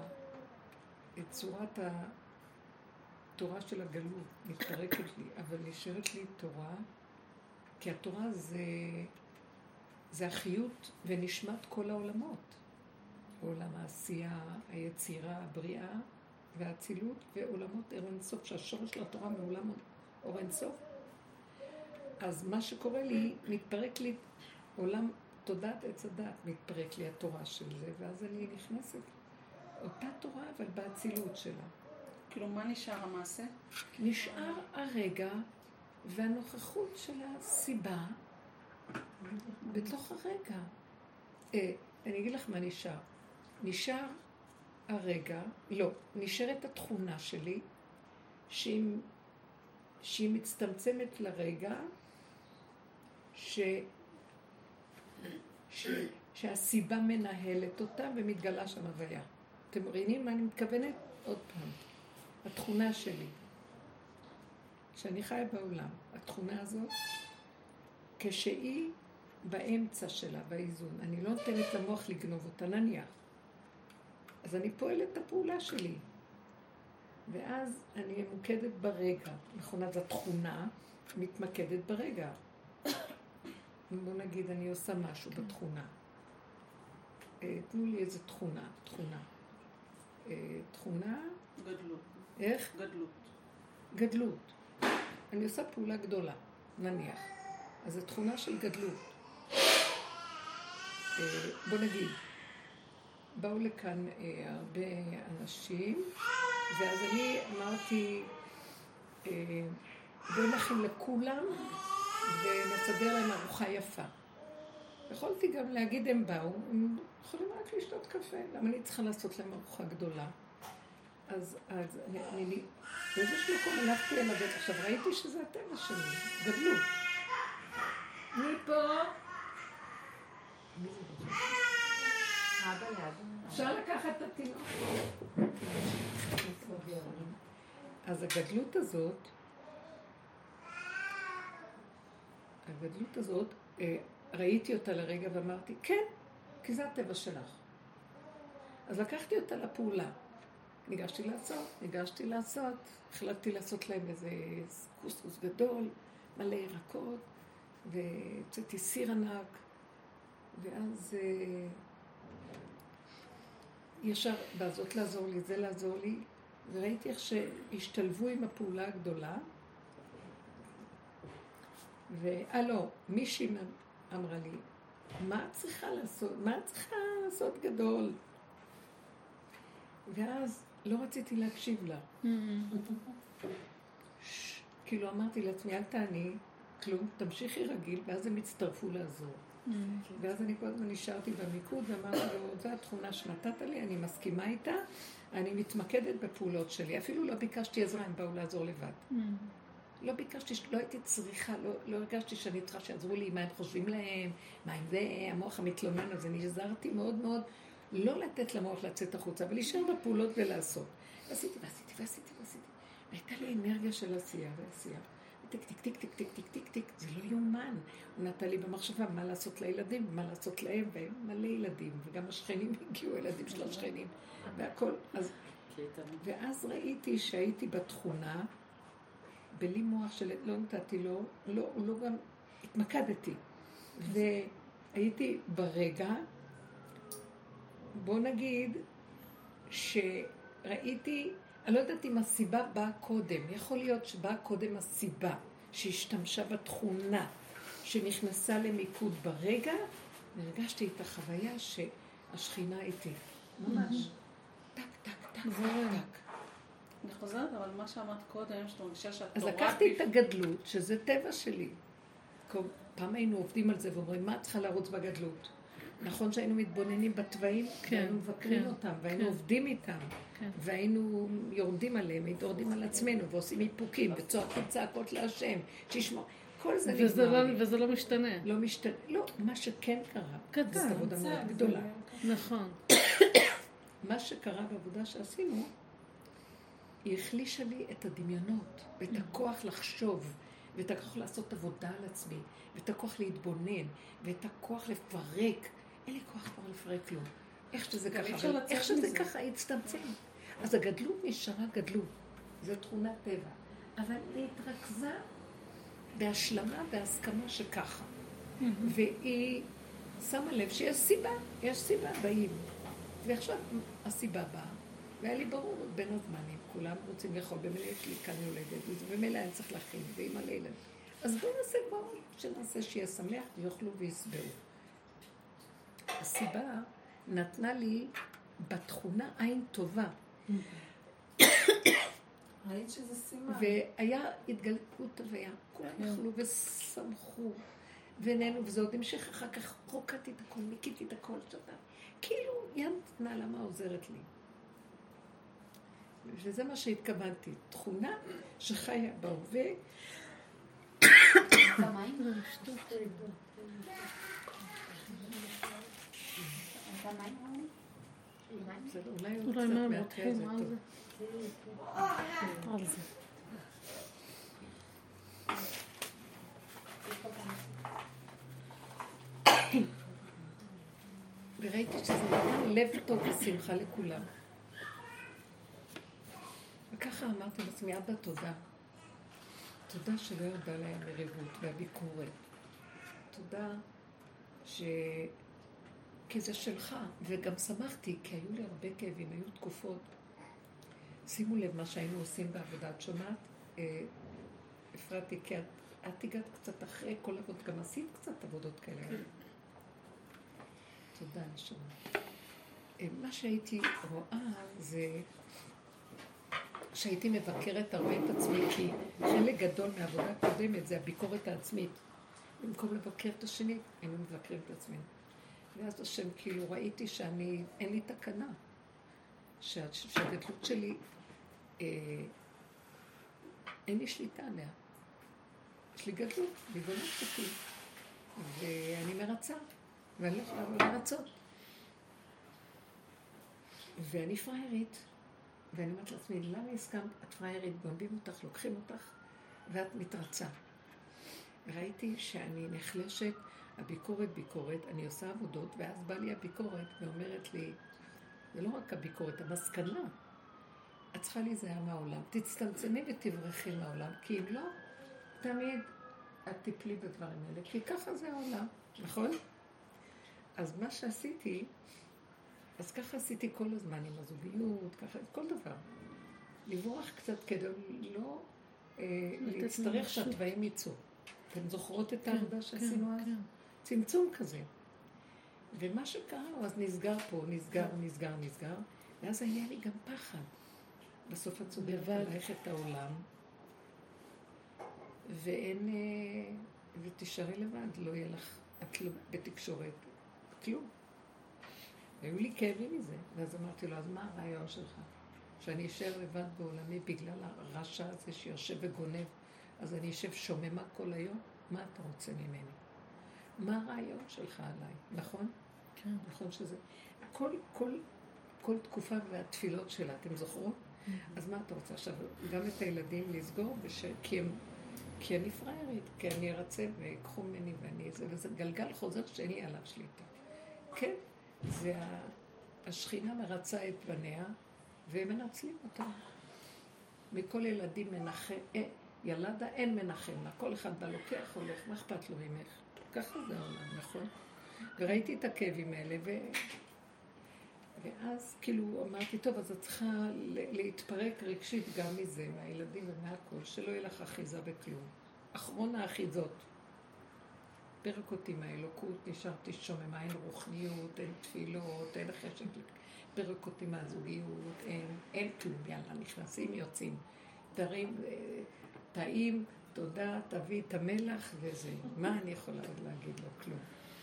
צורת התורה של הגלות, מתפרקת לי, אבל נשארת לי תורה, כי התורה זה, זה החיות ונשמת כל העולמות. עולם העשייה, היצירה, הבריאה והאצילות ועולמות אור אינסוף, שהשורש של התורה מעולם אור אינסוף. אז מה שקורה לי, מתפרק לי עולם תודעת עץ הדת, מתפרק לי התורה של זה, ואז אני נכנסת אותה תורה, אבל באצילות שלה. כאילו, מה נשאר המעשה? נשאר הרגע והנוכחות של הסיבה בתוך הרגע. אה, אני אגיד לך מה נשאר. נשאר הרגע, לא, נשארת התכונה שלי, שהיא, שהיא מצטמצמת לרגע, ש, ש, שהסיבה מנהלת אותה ומתגלה שם הוויה. אתם מבינים מה אני מתכוונת? עוד פעם. התכונה שלי, שאני חיה בעולם, התכונה הזאת, כשהיא באמצע שלה, באיזון, אני לא נותנת למוח לגנוב אותה, נניח. אז אני פועלת את הפעולה שלי. ואז אני ממוקדת ברגע. נכון, אז התכונה מתמקדת ברגע. בוא נגיד, אני עושה משהו בתכונה. תנו לי איזה תכונה, תכונה. תכונה... גדלות. איך? גדלות. גדלות. אני עושה פעולה גדולה, נניח. אז זו תכונה של גדלות. בוא נגיד, באו לכאן הרבה אנשים, ואז אני אמרתי, בואו נכין לכולם ונסדר להם ארוחה יפה. יכולתי גם להגיד, הם באו, הם יכולים רק לשתות קפה, למה אני צריכה לעשות להם ארוחה גדולה? אז, אז אני, אני, באיזשהו מקום הלכתי אל הבית, עכשיו ראיתי שזה הטבע שלי, גדלות. מי פה? מי זה בכל? אבא ליד. אפשר לקחת את התינוק. אז הגדלות הזאת, הגדלות הזאת, ראיתי אותה לרגע ואמרתי, כן, כי זה הטבע שלך. אז לקחתי אותה לפעולה. ניגשתי לעשות, ניגשתי לעשות, החלטתי לעשות להם איזה קוסקוס גדול, מלא ירקות, והצאתי סיר ענק, ואז ישר, בזאת לעזור לי, זה לעזור לי, וראיתי איך שהשתלבו עם הפעולה הגדולה, ואה לא, מישהי אמרה לי, מה את צריכה לעשות? מה את צריכה לעשות גדול? ואז לא רציתי להקשיב לה. כאילו אמרתי לעצמי, אל תעני כלום, תמשיכי רגיל, ואז הם הצטרפו לעזור. ואז אני כל הזמן נשארתי במיקוד, ואמרתי לו, זו התכונה שנתת לי, אני מסכימה איתה, אני מתמקדת בפעולות שלי. אפילו לא ביקשתי עזרה, הם באו לעזור לבד. לא ביקשתי, לא הייתי צריכה, לא, לא הרגשתי שאני צריכה שיעזרו לי, מה הם חושבים להם, מה אם זה המוח המתלונן הזה. נזהרתי מאוד מאוד לא לתת למוח לצאת החוצה, אבל להישאר בפעולות ולעשות. ועשיתי, ועשיתי, ועשיתי, ועשיתי. והייתה לי אנרגיה של עשייה ועשייה. טיק, טיק, טיק, טיק, טיק, טיק, טיק, טיק. זה לא יומן. הוא נתן לי במחשבה מה לעשות לילדים, מה לעשות להם, והם מלא ילדים, וגם השכנים הגיעו, ילדים של השכנים, והכל. אז, ואז ראיתי שהייתי בתכונה, בלי מוח של... לא נתתי לו, לא, הוא לא גם... התמקדתי. והייתי ברגע, בוא נגיד, שראיתי, אני לא יודעת אם הסיבה באה קודם, יכול להיות שבאה קודם הסיבה, שהשתמשה בתכונה, שנכנסה למיקוד ברגע, והרגשתי את החוויה שהשכינה איתי. ממש. טק, טק, טק, טק, טק. אני חוזרת, אבל מה שאמרת קודם, שאת מרגישה שאת אז תורה... לקחתי את הגדלות, שזה טבע שלי. פעם היינו עובדים על זה ואומרים, מה את צריכה לרוץ בגדלות? נכון שהיינו מתבוננים בטבעים, והיינו מבקרים אותם, והיינו עובדים איתם, והיינו יורדים עליהם, יורדים על עצמנו, ועושים איפוקים, וצועקים צעקות להשם, שישמע, כל זה נגמר לי. וזה לא משתנה. לא משתנה, לא, מה שכן קרה, קטן, זאת עבודה מאוד גדולה. נכון. מה שקרה בעבודה שעשינו, היא החלישה לי את הדמיונות, ואת הכוח לחשוב, ואת הכוח לעשות עבודה על עצמי, ואת הכוח להתבונן, ואת הכוח לפרק. אין לי כוח כבר לפרק כלום. איך שזה ככה, אבל איך שזה ככה הצטמצם. אז הגדלות נשארה גדלות. זו תכונת טבע. אבל היא התרכזה בהשלמה, בהסכמה שככה. והיא שמה לב שיש סיבה, יש סיבה באים. ועכשיו הסיבה באה. והיה לי ברור בין הזמנים, כולם רוצים לאכול, במילא יש לי כאן יולדת, ובמילא אני צריך להכין, ואימא לילד. אז בואו נעשה כבר, שנעשה שיהיה שמח, ויאכלו ויסבעו. הסיבה נתנה לי בתכונה עין טובה. ראית שזה סימן. והיה התגלקות הוויה, כולם אכלו ושמחו, ונהנו, וזה עוד המשך, אחר כך רוקדתי את הכל, ניקיתי את הכל, שתה. כאילו, יד נעלמה עוזרת לי. וזה מה שהתכוונתי, תכונה שחיה בהווה. במים? אולי הוא קצת מעטה, זה טוב. על זה. וראיתי שזה נתן לב טוב ושמחה לכולם. וככה אמרתי לעצמי, אבא, תודה. תודה שלא ירדה להם מריבות והביקורת. תודה ש... כי זה שלך. וגם שמחתי, כי היו לי הרבה כאבים, היו תקופות. שימו לב מה שהיינו עושים בעבודה. את שומעת? אה, הפרעתי, כי את, את הגעת קצת אחרי כל עבוד, גם עשית קצת עבודות כאלה. תודה, נשמה. אה, מה שהייתי רואה זה... שהייתי מבקרת הרבה את עצמי, כי חלק גדול מהעבודה הקודמת זה הביקורת העצמית. במקום לבקר את השני, היינו מבקרים את עצמנו. ואז השם, כאילו, ראיתי שאני, אין לי תקנה. שה, שהגדלות שלי, אה, אין לי שליטה עליה. יש לי גדלות, והיא אותי. ואני מרצה, ואני לא יכולה לרצות. ואני פריירית. ואני אומרת לעצמי, למה הסכמת? את פריירית, גונבים אותך, לוקחים אותך, ואת מתרצה. ראיתי שאני נחלשת, הביקורת ביקורת, אני עושה עבודות, ואז בא לי הביקורת ואומרת לי, זה לא רק הביקורת, המסקנה. את צריכה להיזהר מהעולם, תצטמצמי ותברכי מהעולם, כי אם לא, תמיד את תפלי בדברים האלה, כי ככה זה העולם, נכון? אז מה שעשיתי, אז ככה עשיתי כל הזמן עם הזוגיות, ככה, כל דבר. לברוח קצת כדי לא אה, להצטרך שהטבעים יצאו. אתן זוכרות את העבודה שעשינו אז? צמצום כזה. ומה שקרה, אז נסגר פה, נסגר, נסגר, נסגר, ואז היה לי גם פחד. בסוף את סוגרת עלייך את העולם, ואין, ותשארי לבד, לא יהיה לך, את לא בתקשורת, כלום. היו לי כאבים מזה, ואז אמרתי לו, אז מה הרעיון שלך? שאני אשאר לבד בעולמי בגלל הרשע הזה שיושב וגונב, אז אני אשב שוממה כל היום? מה אתה רוצה ממני? מה הרעיון שלך עליי? נכון? כן. נכון שזה... כל, כל, כל תקופה והתפילות שלה, אתם זוכרות? Mm-hmm. אז מה אתה רוצה עכשיו? גם את הילדים לסגור, וש... כי, הם... כי אני פריירית, כי אני ארצה ויקחו ממני ואני... וזה גלגל חוזר שאין לי עליו שליטה. כן? זה השכינה מרצה את בניה, והם מנצלים אותה. מכל ילדים מנחם, ילדה אין מנחם לה, כל אחד בא לוקח, הולך, מה אכפת לו ממך? ככה זה העולם, נכון? וראיתי את הכאבים האלה, ו... ואז כאילו אמרתי, טוב, אז את צריכה להתפרק רגשית גם מזה, מהילדים ומהכל, שלא יהיה לך אחיזה בכלום. אחרון האחיזות. פרק אותי מהאלוקות, נשארתי שוממה, אין רוחניות, אין תפילות, אין חשק, פרק אותי מהזוגיות, אין, אין כלום, יאללה, נכנסים, יוצאים, תרים, טעים, תודה, תביא את המלח וזה. מה אני יכולה עוד להגיד לו? כלום.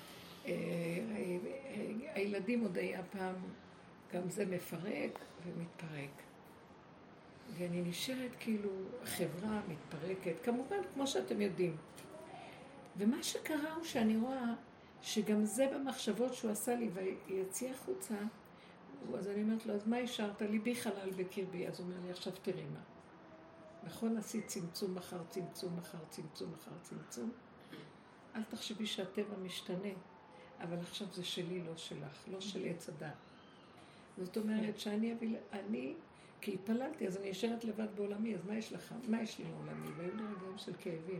הילדים עוד היה פעם, גם זה מפרק ומתפרק. ואני נשארת כאילו חברה מתפרקת, כמובן כמו שאתם יודעים. ומה שקרה הוא שאני רואה שגם זה במחשבות שהוא עשה לי ויציע חוצה, אז אני אומרת לו, אז מה השארת לי? בי חלל בקרבי. אז הוא אומר לי, עכשיו תראי מה. נכון, עשית צמצום אחר צמצום אחר צמצום אחר צמצום. אל תחשבי שהטבע משתנה, אבל עכשיו זה שלי, לא שלך, לא של עץ הדעת. זאת אומרת שאני אביא, אני, כי התפללתי, אז אני ישרת לבד בעולמי, אז מה יש לך? מה יש לי בעולמי? והיו לי רגעים של כאבים.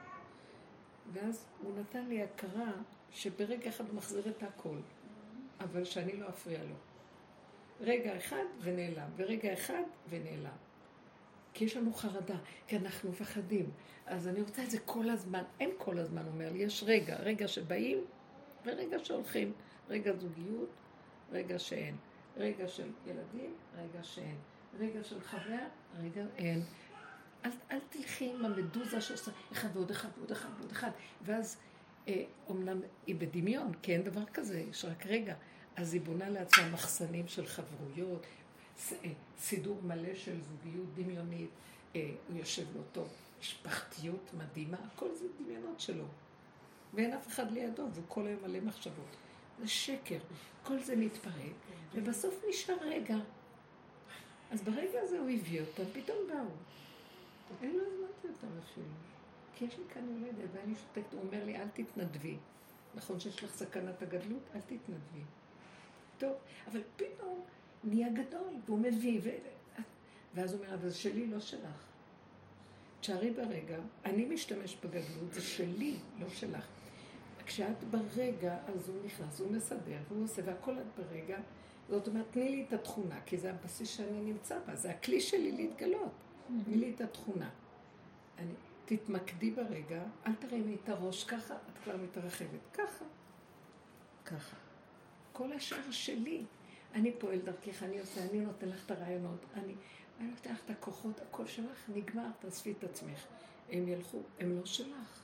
ואז הוא נתן לי הכרה שברגע אחד הוא מחזיר את הכל, אבל שאני לא אפריע לו. רגע אחד ונעלם, ורגע אחד ונעלם. כי יש לנו חרדה, כי אנחנו מפחדים. אז אני רוצה את זה כל הזמן, אין כל הזמן, אומר לי, יש רגע, רגע שבאים ורגע שהולכים. רגע זוגיות, רגע שאין. רגע של ילדים, רגע שאין. רגע של חבר, רגע אין. אל, אל תלכי עם המדוזה שעושה אחד ועוד אחד ועוד אחד ועוד אחד. ואז, אה, אומנם היא בדמיון, כי אין דבר כזה, יש רק רגע. אז היא בונה לעצמה מחסנים של חברויות, סידור מלא של זוגיות דמיונית, אה, הוא יושב לו טוב, משפחתיות מדהימה, הכל זה דמיונות שלו. ואין אף אחד לידו, והוא כל היום מלא מחשבות. זה שקר, כל זה מתפרק, ובסוף נשאר רגע. אז ברגע הזה הוא הביא אותם, פתאום באו. אין לו הזמנתי אותם אפילו. כי יש לי כאן הולדת, ואני שותקת, הוא אומר לי, אל תתנדבי. נכון שיש לך סכנת הגדלות? אל תתנדבי. טוב, אבל פתאום נהיה גדול, והוא מביא, ו... ואז הוא אומר, אבל זה שלי, לא שלך. תשארי ברגע, אני משתמש בגדלות, זה שלי, לא שלך. כשאת ברגע, אז הוא נכנס, הוא מסדר, והוא עושה, והכל את ברגע, זאת אומרת, תני לי את התכונה, כי זה הבסיס שאני נמצא בה, זה הכלי שלי להתגלות. תני לי את התכונה. אני, תתמקדי ברגע, אל תרימי את הראש ככה, את כבר מתרחבת. ככה. ככה. כל השאר שלי. אני פועל דרכך, אני עושה, אני נותן לך את הרעיונות, אני, אני נותן לך את הכוחות, הכל שלך נגמר, תאספי את עצמך. הם ילכו, הם לא שלך.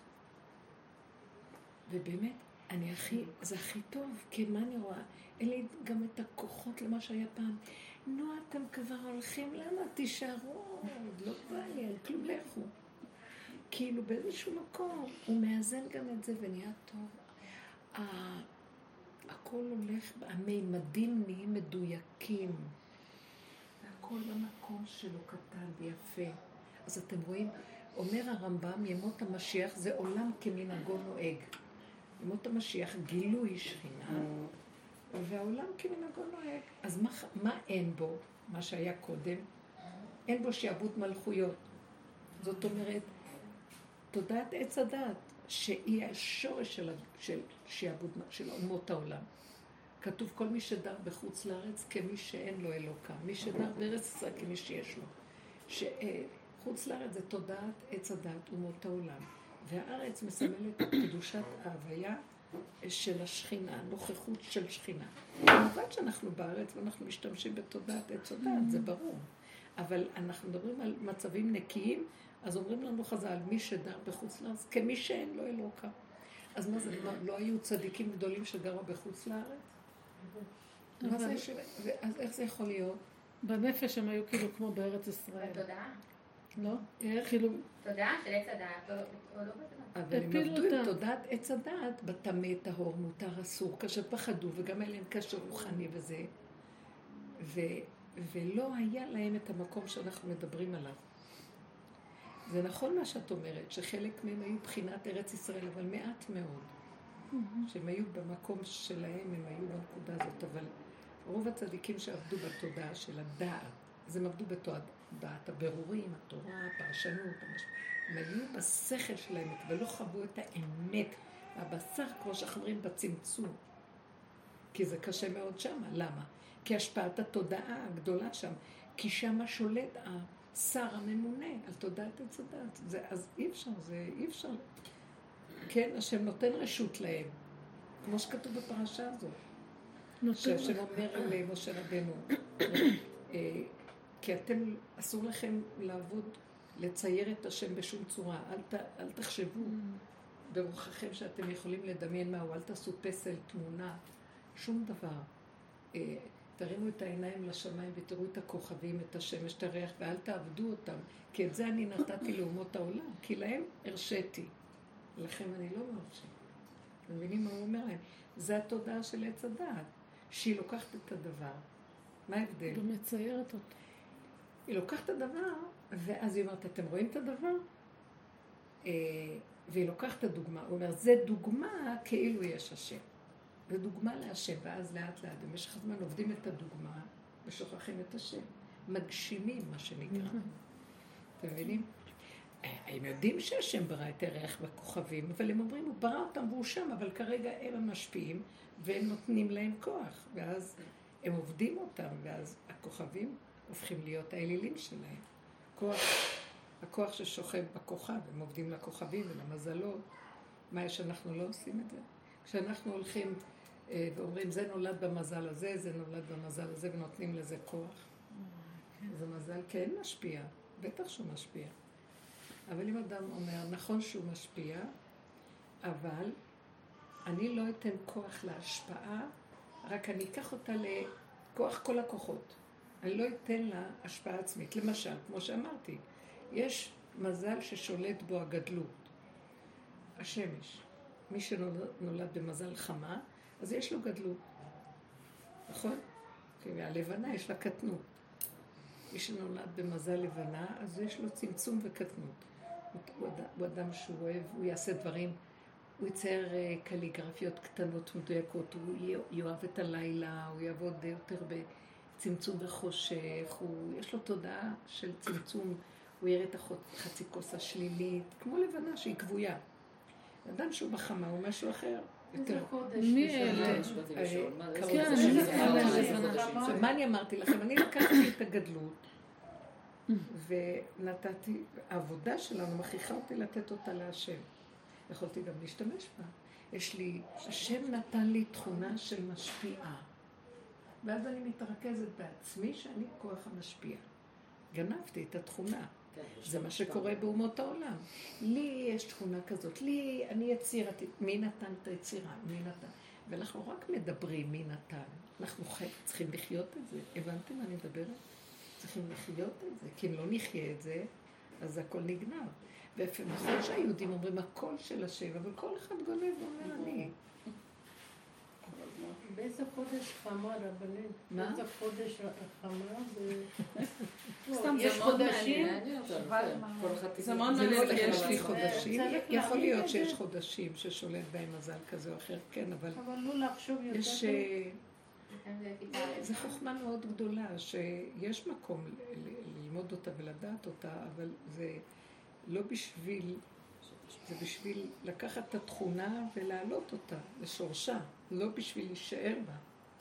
ובאמת, אני הכי, זה הכי טוב, כי מה אני רואה? אין לי גם את הכוחות למה שהיה פעם. נו, אתם כבר הולכים, למה? תישארו, לא בא לי, על כלום לכו. כאילו באיזשהו מקום, הוא מאזן גם את זה ונהיה טוב. הכל הולך, המימדים נהיים מדויקים. והכל במקום שלו קטן ויפה. אז אתם רואים, אומר הרמב"ם, ימות המשיח זה עולם כמנהגו נוהג. ימות המשיח גילוי שכינה, והעולם כמנהגו נוהג. אז מה, מה אין בו, מה שהיה קודם? אין בו שיעבוד מלכויות. זאת אומרת, תודעת עץ הדעת, שהיא השורש של, של שיעבוד של אומות העולם. כתוב כל מי שדר בחוץ לארץ כמי שאין לו אלוקה, מי שדר בארץ ישראל כמי שיש לו. שחוץ לארץ זה תודעת עץ הדעת אומות העולם. והארץ מסמלת את קדושת ההוויה של השכינה, נוכחות של שכינה. כמובן שאנחנו בארץ ואנחנו משתמשים בתודעת עץ הדעת, זה ברור. אבל אנחנו מדברים על מצבים נקיים, אז אומרים לנו חז"ל, מי שדר בחוץ לארץ, כמי שאין לו אלוקה. אז מה זה, לא היו צדיקים גדולים שגרו בחוץ לארץ? מה זה ש... אז איך זה יכול להיות? בנפש הם היו כאילו כמו בארץ ישראל. בתודעה? לא? כאילו... תודעה של עץ הדעת, או לא בתודעה. אבל הם עבדו עם תודעת עץ הדעת, בטמא, טהור, מותר, אסור, כאשר פחדו, וגם היה להם קשר רוחני וזה. ו... ולא היה להם את המקום שאנחנו מדברים עליו. זה נכון מה שאת אומרת, שחלק מהם היו בחינת ארץ ישראל, אבל מעט מאוד. שהם היו במקום שלהם, הם היו בנקודה הזאת, אבל רוב הצדיקים שעבדו בתודעה של הדעת, אז הם עבדו בתודעת הבירורים, התורה, הפרשנות, הם היו בשכל שלהם, ולא חוו את האמת, הבשר, כמו שאומרים, בצמצום. כי זה קשה מאוד שם, למה? כי השפעת התודעה הגדולה שם, כי שם שולט השר הממונה על תודעת עץ הדעת. אז אי אפשר, זה אי אפשר. כן, השם נותן רשות להם, כמו שכתוב בפרשה הזאת. שהשם אומר למשה רבנו, כי אתם, אסור לכם לעבוד, לצייר את השם בשום צורה, אל, ת, אל תחשבו ברוחכם שאתם יכולים לדמיין מהו, אל תעשו פסל, תמונה, שום דבר. תרימו את העיניים לשמיים ותראו את הכוכבים, את השמש, את הריח, ואל תעבדו אותם, כי את זה אני נתתי לאומות העולם, כי להם הרשיתי, לכם אני לא מרשה. אתם מבינים מה הוא אומר להם? זה התודעה של עץ הדעת, שהיא לוקחת את הדבר. מה ההבדל? גם מציירת אותו. היא לוקחת את הדבר, ואז היא אומרת, אתם רואים את הדבר? והיא לוקחת את הדוגמה. הוא אומר, זה דוגמה כאילו יש השם. זה דוגמה להשם, ואז לאט לאט, במשך הזמן עובדים את הדוגמה, ושוכחים את השם. מגשימים, מה שנקרא. אתם מבינים? הם יודעים שהשם ברא את הירח בכוכבים, אבל הם אומרים, הוא ברא אותם והוא שם, אבל כרגע הם המשפיעים, והם נותנים להם כוח, ואז הם עובדים אותם, ואז הכוכבים הופכים להיות האלילים שלהם. כוח, הכוח ששוכב בכוכב, הם עובדים לכוכבים ולמזלות. מה יש שאנחנו לא עושים את זה? כשאנחנו הולכים ואומרים, זה נולד במזל הזה, זה נולד במזל הזה, ונותנים לזה כוח. זה מזל כן משפיע, בטח שהוא משפיע. אבל אם אדם אומר, נכון שהוא משפיע, אבל אני לא אתן כוח להשפעה, רק אני אקח אותה לכוח כל הכוחות. אני לא אתן לה השפעה עצמית. למשל, כמו שאמרתי, יש מזל ששולט בו הגדלות. השמש. מי שנולד במזל חמה, אז יש לו גדלות. נכון? כי הלבנה יש לה קטנות. מי שנולד במזל לבנה, אז יש לו צמצום וקטנות. הוא אדם שהוא אוהב, הוא יעשה דברים, הוא יצייר קליגרפיות קטנות מדויקות, הוא יאהב את הלילה, הוא יעבוד יותר בצמצום וחושך, הוא, יש לו תודעה של צמצום, הוא יראה את החצי כוס השלילית, כמו לבנה שהיא קבויה. אדם שהוא בחמה הוא משהו אחר. איזה חודש. מי אלה? כן, אני לבנה. מה אני אמרתי לכם? אני לקחתי את הגדלות, ונתתי, העבודה שלנו מכריחה אותי לתת אותה להשם. יכולתי גם להשתמש בה. יש לי, השם נתן לי תכונה של משפיעה. ואז אני מתרכזת בעצמי שאני כוח המשפיע. גנבתי את התכונה. זה מה שקורה באומות העולם. לי יש תכונה כזאת, לי, אני יצירתית. מי נתן את היצירה? מי נתן? ואנחנו רק מדברים מי נתן. אנחנו צריכים לחיות את זה. הבנתם מה אני מדברת? צריכים לחיות את זה, כי אם לא נחיה את זה, אז הכל נגנב. ונכון שהיהודים אומרים, הכל של השם, אבל כל אחד גונב ואומר אני. באיזה חודש חמה רבנית? מה? באיזה חודש חמה? סתם, יש זה מאוד חודשים? מעניין. זה מאוד זה לא מעניין. יש לי חודשים, יכול להיות שיש חודשים ששולט בהם מזל כזה או אחר, כן, אבל אבל לא לחשוב יותר יש... טוב. זו חוכמה מאוד גדולה, שיש מקום ללמוד אותה ולדעת אותה, אבל זה לא בשביל, זה בשביל לקחת את התכונה ולהעלות אותה לשורשה, לא בשביל להישאר בה.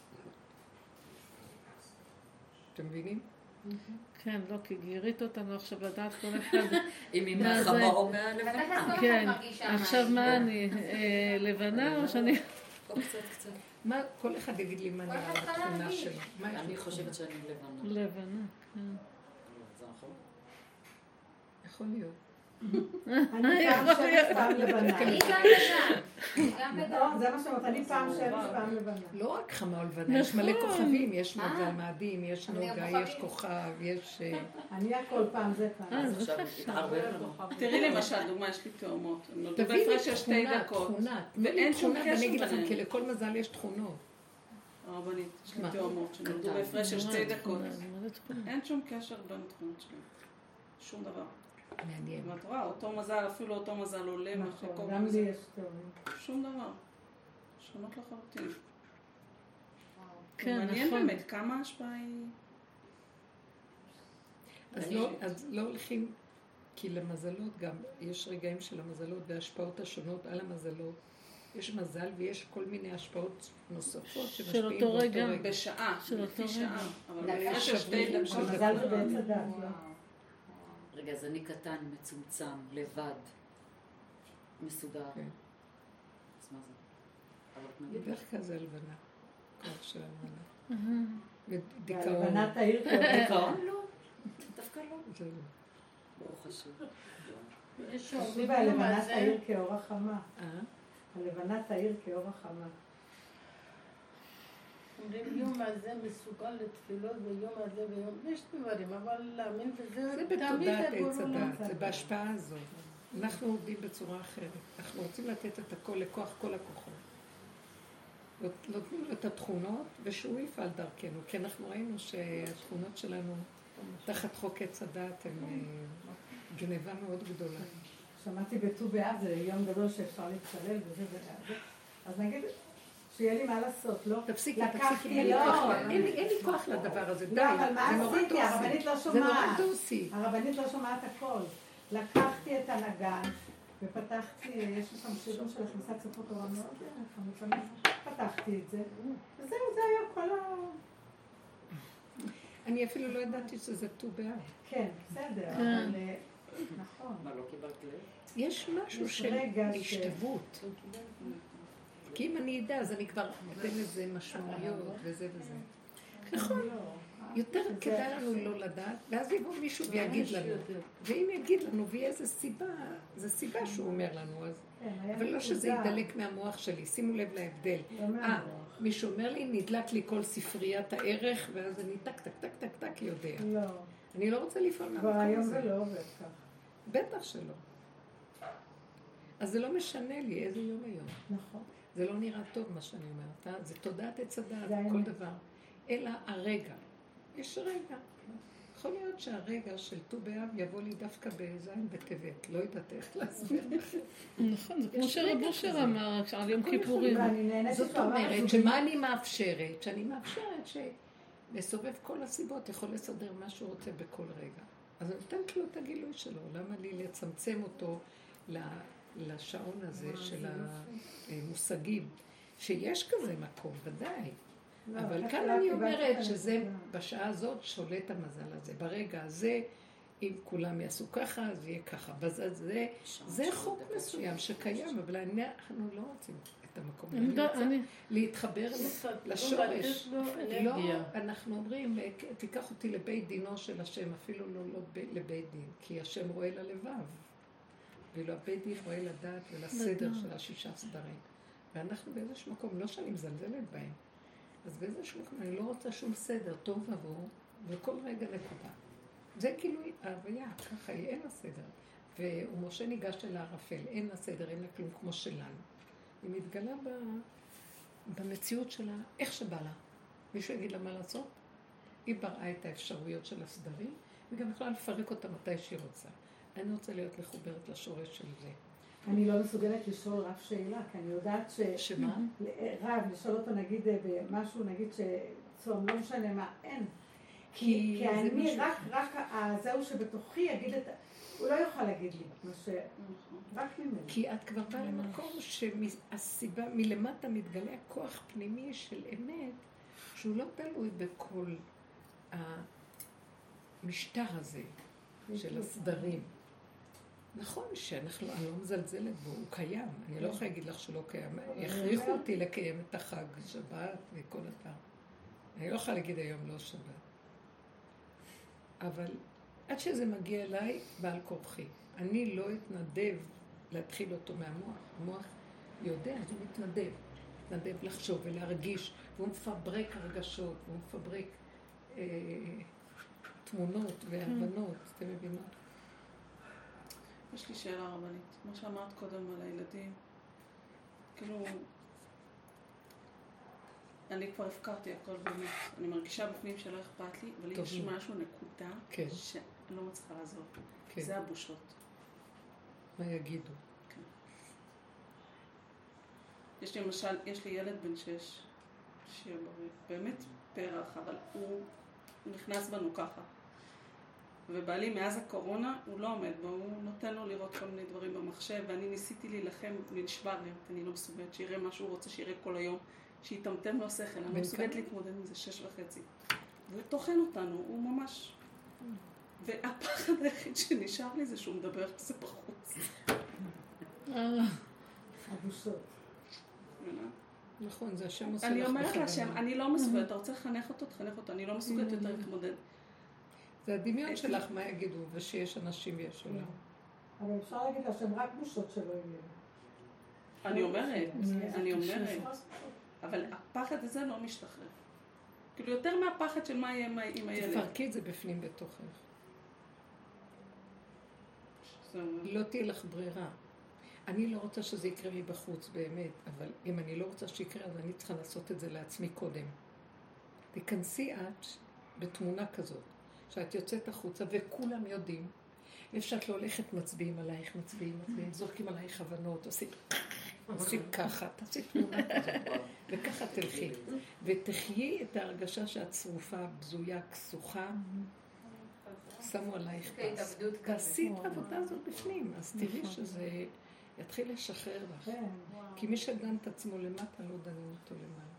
אתם מבינים? כן, לא, כי גירית אותנו עכשיו לדעת כל אחד. אם היא מהחמה או מהלבנה. כן, עכשיו מה אני, לבנה או שאני... קצת קצת. מה, כל אחד יגיד לי מה נראה לתכונה שלו. אני חושבת שאני לבנה. לבנה, כן. זה נכון? יכול להיות. אני פעם שבש פעם לבנה. אני גם לבנה. זה מה שאומרת, אני פעם שבש פעם לבנה. לא רק חמה או לבנה, יש מלא כוכבים, יש מזל מאדים, יש נוגה, יש כוכב, יש... אני הכל פעם זה פעם. עכשיו התערבב לנו. תראי למשל, דוגמה, יש לי תאומות. הם נולדו תביאי לי בהפרש של שתי תכונה, דקות. תכונה. ואין שום תכונה, ואני אגיד קשר לכם, כי ביניהם. לכל מזל יש תכונות. הרבנית, יש לי מה? תאומות שנולדו קטן. בהפרש של שתי דקות. מלא תכונה. אין שום קשר בין התכונות שלהם. שום דבר. מעניין. ואת רואה, אותו מזל, אפילו אותו מזל עולה מה נכון, שקורה. גם לי יש תאומים. שום דבר. שונות לחלוטין. כן, מעניין נכון. באמת כמה ההשפעה היא... אז לא, אז לא הולכים, כי למזלות גם, יש רגעים של המזלות וההשפעות השונות על המזלות. יש מזל ויש כל מיני השפעות נוספות שמשפיעים אותו באותו רגע. רגע. בשעה, של לפי אותו שעה. אבל דקה. בהפרש של שתי שבועים דקות. של מזל זה בעץ הדת, לא? רגע, אז אני קטן, מצומצם, לבד, מסודר. כן. מה זה? אבל נגיד... בדרך כלל זה הלבנה. כוח של הלבנה. ודיכאון. והלבנת העיר דיכאון לא. דווקא לא. זה לא. ברוך השם. חשוב הלבנת העיר כאור החמה. אה? הלבנת העיר כאור החמה. אומרים יום הזה מסוגל לתפילות ויום הזה ויום, יש דברים, אבל להאמין בזה, זה בתודעת עץ הדת, זה בהשפעה הזאת. אנחנו עובדים בצורה אחרת. אנחנו רוצים לתת את הכל לכוח כל הכוחות. נותנים לו את התכונות ושהוא יפעל דרכנו, כי אנחנו ראינו שהתכונות שלנו תחת חוק עץ הדת הן גנבה מאוד גדולה. שמעתי בט"ו באב, זה יום גדול שאפשר להתפלל וזה וזה. אז נגיד... שיהיה לי מה לעשות, לא? תפסיקי, תפסיקי, אין לי כוח לדבר הזה, די, זה נורא דוסי. הרבנית לא שומעת. זה נורא דוסי. הרבנית לא שומעת הכל. לקחתי את הנגן ופתחתי, יש לי שם שירים של הכנסת ספר תורה מאוד חמוצה, פתחתי את זה, וזהו, זה היה כל ה... אני אפילו לא ידעתי שזה ט"ו באב. כן, בסדר, אבל... נכון. מה, לא קיבלת לב? יש משהו של השתוות. כי אם אני אדע, אז אני כבר אתן לזה משמעויות וזה וזה. נכון. יותר כדאי לנו לא לדעת, ואז יבוא מישהו ויגיד לנו. ואם יגיד לנו, ויהיה איזו סיבה, זו סיבה שהוא אומר לנו, אז... אבל לא שזה ידלק מהמוח שלי, שימו לב להבדל. אה, מישהו אומר לי, נדלק לי כל ספריית הערך, ואז אני טק, טק, טק, טק, טק, יודע. לא. אני לא רוצה לפעול מהמקום הזה. והיום זה לא עובד כך. בטח שלא. אז זה לא משנה לי איזה יום היום. נכון. זה לא נראה טוב מה שאני אומרת, זה תודעת עץ הדעת, כל דבר. אלא הרגע. יש רגע. יכול להיות שהרגע של ט"ו באב יבוא לי דווקא בזין בטבת. לא יודעת איך להסביר לכם. נכון, זה כמו שרב אושר אמר על יום כיפורים. זאת אומרת, שמה אני מאפשרת? שאני מאפשרת שלסובב כל הסיבות יכול לסדר מה שהוא רוצה בכל רגע. אז אני נותנת לו את הגילוי שלו. למה לי לצמצם אותו ל... לשעון הזה של המושגים, שיש כזה מקום, ודאי. אבל כאן אני אומרת שזה בשעה הזאת שולט המזל הזה. ברגע הזה, אם כולם יעשו ככה, אז יהיה ככה. זה, זה חוק מסוים שקיים, אבל אנחנו לא רוצים את המקום. אני רוצה להתחבר לשורש. לא, אנחנו אומרים, תיקח אותי לבית דינו של השם, אפילו לא לבית דין, כי השם רואה ללבב. ואילו הבית דין רואה לדעת ולסדר של השישה סדרים. ואנחנו באיזשהו מקום, לא שאני מזלזלת בהם, אז באיזשהו מקום אני לא רוצה שום סדר, טוב עבור, וכל רגע נקודה. זה כאילו ההוויה, ככה היא, אין לה סדר. ומשה ניגש אל הערפל, אין לה סדר, אין לה כלום כמו שלנו. היא מתגלה ב... במציאות שלה, איך שבא לה. מישהו יגיד לה מה לעשות? היא בראה את האפשרויות של הסדרים, וגם יכולה לפרק אותה מתי שהיא רוצה. אני רוצה להיות מחוברת לשורש של זה. אני לא מסוגלת לשאול רב שאלה, כי אני יודעת ש... שמה? רב, לשאול אותו נגיד במשהו, נגיד שצום, לא משנה מה, אין. כי, כי אני רק, רק זהו שבתוכי יגיד את... הוא לא יוכל להגיד לי, מה ש... רק ממנו. כי את כבר באה למקום שהסיבה, מלמטה מתגלה כוח פנימי של אמת, שהוא לא תלוי בכל המשטר הזה של הסדרים. נכון שאנחנו, אני לא מזלזלת בו, הוא קיים. אני לא יכולה להגיד לך שלא קיים. יכריחו אותי לקיים את החג, שבת וכל הדבר. אני לא יכולה להגיד היום לא שבת. אבל עד שזה מגיע אליי, בעל כורחי. אני לא אתנדב להתחיל אותו מהמוח. המוח יודע, אז הוא מתנדב. מתנדב לחשוב ולהרגיש, והוא מפברק הרגשות, והוא מפברק אה, תמונות והבנות, אתם מבינות? יש לי שאלה רבנית, מה שאמרת קודם על הילדים, כאילו, אני כבר הפקרתי הכל באמת, אני מרגישה בפנים שלא אכפת לי, אבל יש משהו, נקודה, כן. שאני לא מצליחה לעזור, כן. זה הבושות. מה יגידו? כן. יש לי למשל, יש לי ילד בן שש, שבאמת פרח, אבל הוא נכנס בנו ככה. ובעלי מאז הקורונה הוא לא עומד בו, הוא נותן לו לראות כל מיני דברים במחשב, ואני ניסיתי להילחם, נשבר לי, אני לא מסוגלת, שיראה מה שהוא רוצה, שיראה כל היום, שיתמתם לו שכל, אני לא מסוגלת להתמודד עם זה שש וחצי. והוא תוכן אותנו, הוא ממש... והפחד היחיד שנשאר לי זה שהוא מדבר כזה בחוץ. הבושות. נכון, זה השם עושה לך. אני אומרת להשם, אני לא מסוגלת, אתה רוצה לחנך אותו, תחנך אותו, אני לא מסוגלת יותר להתמודד. זה הדמיון שלך, מה יגידו, ושיש אנשים ויש עולם. אבל אפשר להגיד להשם רק בושות שלא יהיה. אני אומרת, אני אומרת, אבל הפחד הזה לא משתחרר. כאילו יותר מהפחד של מה יהיה עם הילד. תפרקי את זה בפנים בתוכך. לא תהיה לך ברירה. אני לא רוצה שזה יקרה לי בחוץ, באמת, אבל אם אני לא רוצה שיקרה, אז אני צריכה לעשות את זה לעצמי קודם. תיכנסי את בתמונה כזאת, שאת יוצאת החוצה וכולם יודעים, איפה שאת לא הולכת מצביעים עלייך, מצביעים, מצביעים, זורקים עלייך הבנות, עושים, עושים ככה, תעשי תמונה כזאת, וככה תלכי. ותחיי את ההרגשה שאת צרופה, בזויה, כסוחה, שמו עלייך פס. תעשי את העבודה הזאת בפנים, אז תראי שזה יתחיל לשחרר לך. כי מי שדן את עצמו למטה, לא דנים אותו למעלה.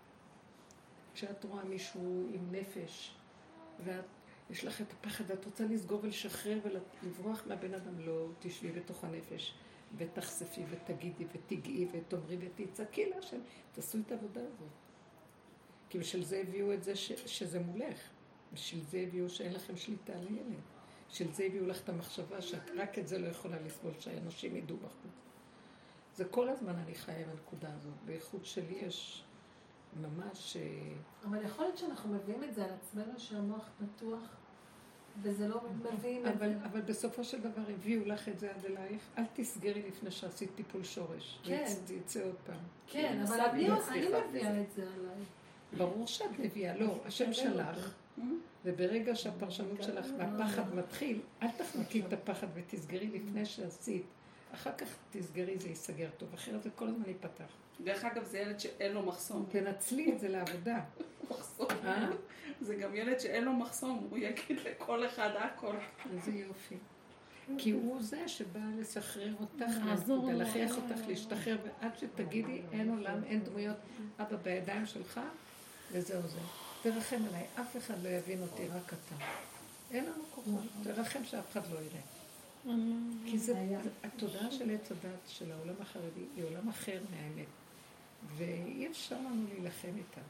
כשאת רואה מישהו עם נפש, ויש לך את הפחד, ואת רוצה לסגור ולשחרר ולברוח מהבן אדם, לא תשבי בתוך הנפש, ותחשפי ותגידי ותגעי ותאמרי ותצעקי להשם, תעשו את העבודה הזאת. כי בשביל זה הביאו את זה ש, שזה מולך. בשביל זה הביאו שאין לכם שליטה על הילד. בשביל זה הביאו לך את המחשבה שרק את זה לא יכולה לסבול, שאנשים ידעו בחוץ. זה כל הזמן אני חיה בנקודה הזאת. באיכות שלי יש ממש... אבל יכול להיות שאנחנו מביאים את זה על עצמנו שהמוח פתוח, וזה לא מביאים את אבל, זה. אבל בסופו של דבר הביאו לך את זה עד אלייך. אל תסגרי לפני שעשית טיפול שורש. כן. זה יצא עוד פעם. כן, אבל אני מביאה את זה עליי. ברור שאת מביאה, לא, השם שלך. וברגע שהפרשנות שלך והפחד מתחיל, אל תחנקי את הפחד ותסגרי לפני שעשית. אחר כך תסגרי, זה ייסגר טוב, אחרת זה כל הזמן ייפתח. דרך אגב, זה ילד שאין לו מחסום. תנצלי את זה לעבודה. מחסום. זה גם ילד שאין לו מחסום, הוא יגיד לכל אחד הכל. איזה יופי. כי הוא זה שבא לשחרר אותך, להכריח אותך להשתחרר, ועד שתגידי, אין עולם, אין דמויות, אבא בידיים שלך, וזהו זה. תרחם עליי, אף אחד לא יבין אותי, רק אתה. אין לנו כוחות, תרחם שאף אחד לא יראה. כי זה, התודעה של עץ הדת של העולם החרדי היא עולם אחר מהאמת. ואי אפשר לנו להילחם איתה.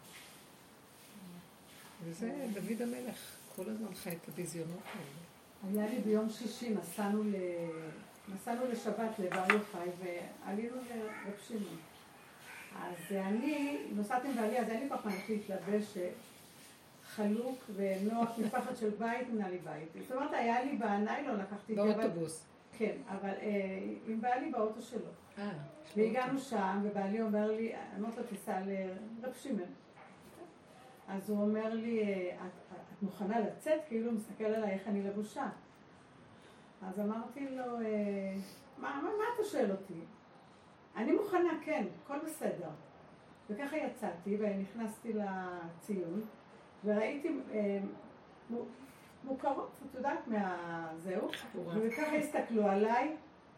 וזה דוד המלך, כל הזמן חי את הביזיונות האלה. היה לי ביום שישי, נסענו, ל... נסענו לשבת לבר יוחאי ועלינו לרב שמעון. אז אני, נוסעתי עם בעלי, אז אין לי פחד להתלבש חלוק ונוח מפחד של בית, מנה לי בית. זאת אומרת, היה לי בניילון, לקחתי... באוטובוס. כן, אבל עם בעלי באוטו שלו. והגענו שם, ובעלי אומר לי, אמרת לו, תיסע לרב שמעון. אז הוא אומר לי, את, את מוכנה לצאת? כאילו הוא מסתכל עליי איך אני לבושה. אז אמרתי לו, מה, מה, מה אתה שואל אותי? אני מוכנה, כן, הכל בסדר. וככה יצאתי ונכנסתי לציון, וראיתי אה, מוכרות, את יודעת מהזהו, וככה הסתכלו עליי.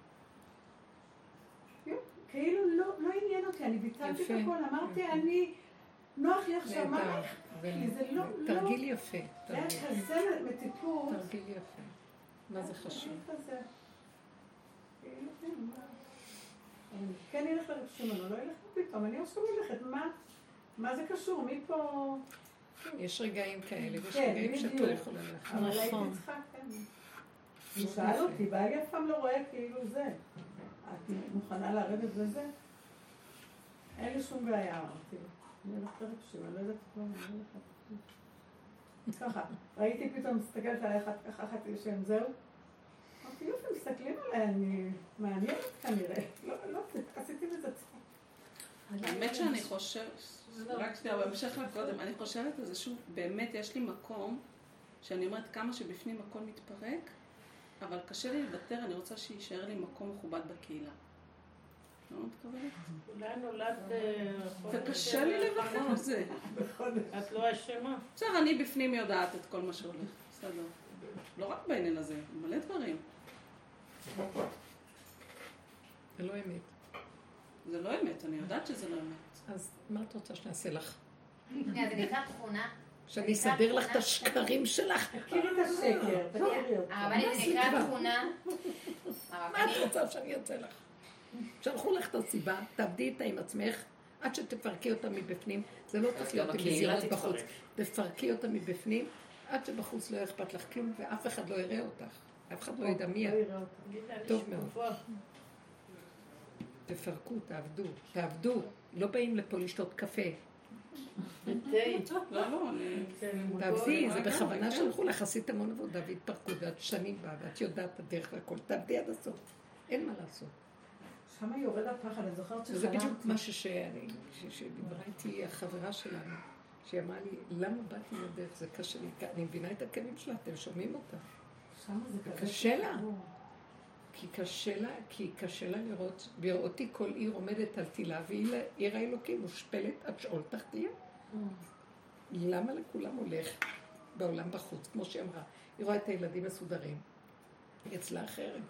כאילו לא, לא עניין אותי, אני ביטלתי את הכל, אמרתי, אני... נוח לי עכשיו, מה איך? זה לא... תרגיל יפה. זה היה כזה מטיפות. תרגיל יפה. מה זה חשוב? כן ילך לרב שמעון, לא ילך פתאום, אני עכשיו הולכת, מה זה קשור? מי פה... יש רגעים כאלה, ויש רגעים שאת לא יכולה ללכת. אבל הייתי צריכה, כן. הוא שאל אותי, בעלי אף פעם לא רואה כאילו זה. את מוכנה לרדת בזה? אין לי שום בעיה, אמרתי לו. אני הולכת לרב שמעון, אני לא יודעת פה, אני לא הולכת. ככה, ראיתי פתאום, מסתכלת עליי אחת ככה, אחת שם, זהו. אמרתי, יופי, מסתכלים עליי, אני מעניינת כנראה. לא, לא, עשיתי בזה צחוק. האמת שאני חושבת, רק שנייה, בהמשך לקודם, אני חושבת על זה שוב, באמת יש לי מקום, שאני אומרת כמה שבפנים הכל מתפרק, אבל קשה לי לוותר, אני רוצה שישאר לי מקום מכובד בקהילה. לא מתכוונת? אולי נולד... וקשה לי לוותר על זה. את לא אשמה. בסדר, אני בפנים יודעת את כל מה שהולך. בסדר. לא רק בעניין הזה, מלא דברים. זה לא אמת. זה לא אמת, אני יודעת שזה לא אמת. אז מה את רוצה שנעשה לך? זה נקרא תכונה. שאני אסדר לך את השקרים שלך. תכירי את השקר, תכירי אותו. אבל זה נקרא תכונה. מה את רוצה שאני אצא לך? שלחו לך את הסיבה, תעבדי איתה עם עצמך, עד שתפרקי אותה מבפנים, זה לא צריך להיות מזירות בחוץ. תפרקי אותה מבפנים, עד שבחוץ לא אכפת לך כלום, ואף אחד לא יראה אותך. אף אחד לא ידע מי את. טוב מאוד. תפרקו, תעבדו, תעבדו. לא באים לפה לשתות קפה. תעבדי, זה בכוונה שלחו לך, עשית המון עבודה והתפרקו, ואת שנים בה, ואת יודעת את הדרך והכל. תעבדי עד הסוף. אין מה לעשות. שמה יורד הפחד, אני זוכרת שחלמתי. זה בדיוק משהו שדיברה איתי החברה שלנו, שהיא אמרה לי, למה באתי לדרך? זה קשה לי, אני מבינה את הכלים שלה, אתם שומעים אותה. שמה זה כזה. קשה לה. כי קשה לה, כי קשה לה לראות, בראותי כל עיר עומדת על תילה, והיא עיר האלוקים מושפלת עד שאול תחתיה. למה לכולם הולך בעולם בחוץ, כמו שהיא אמרה? היא רואה את הילדים מסודרים. היא אצלה אחרת.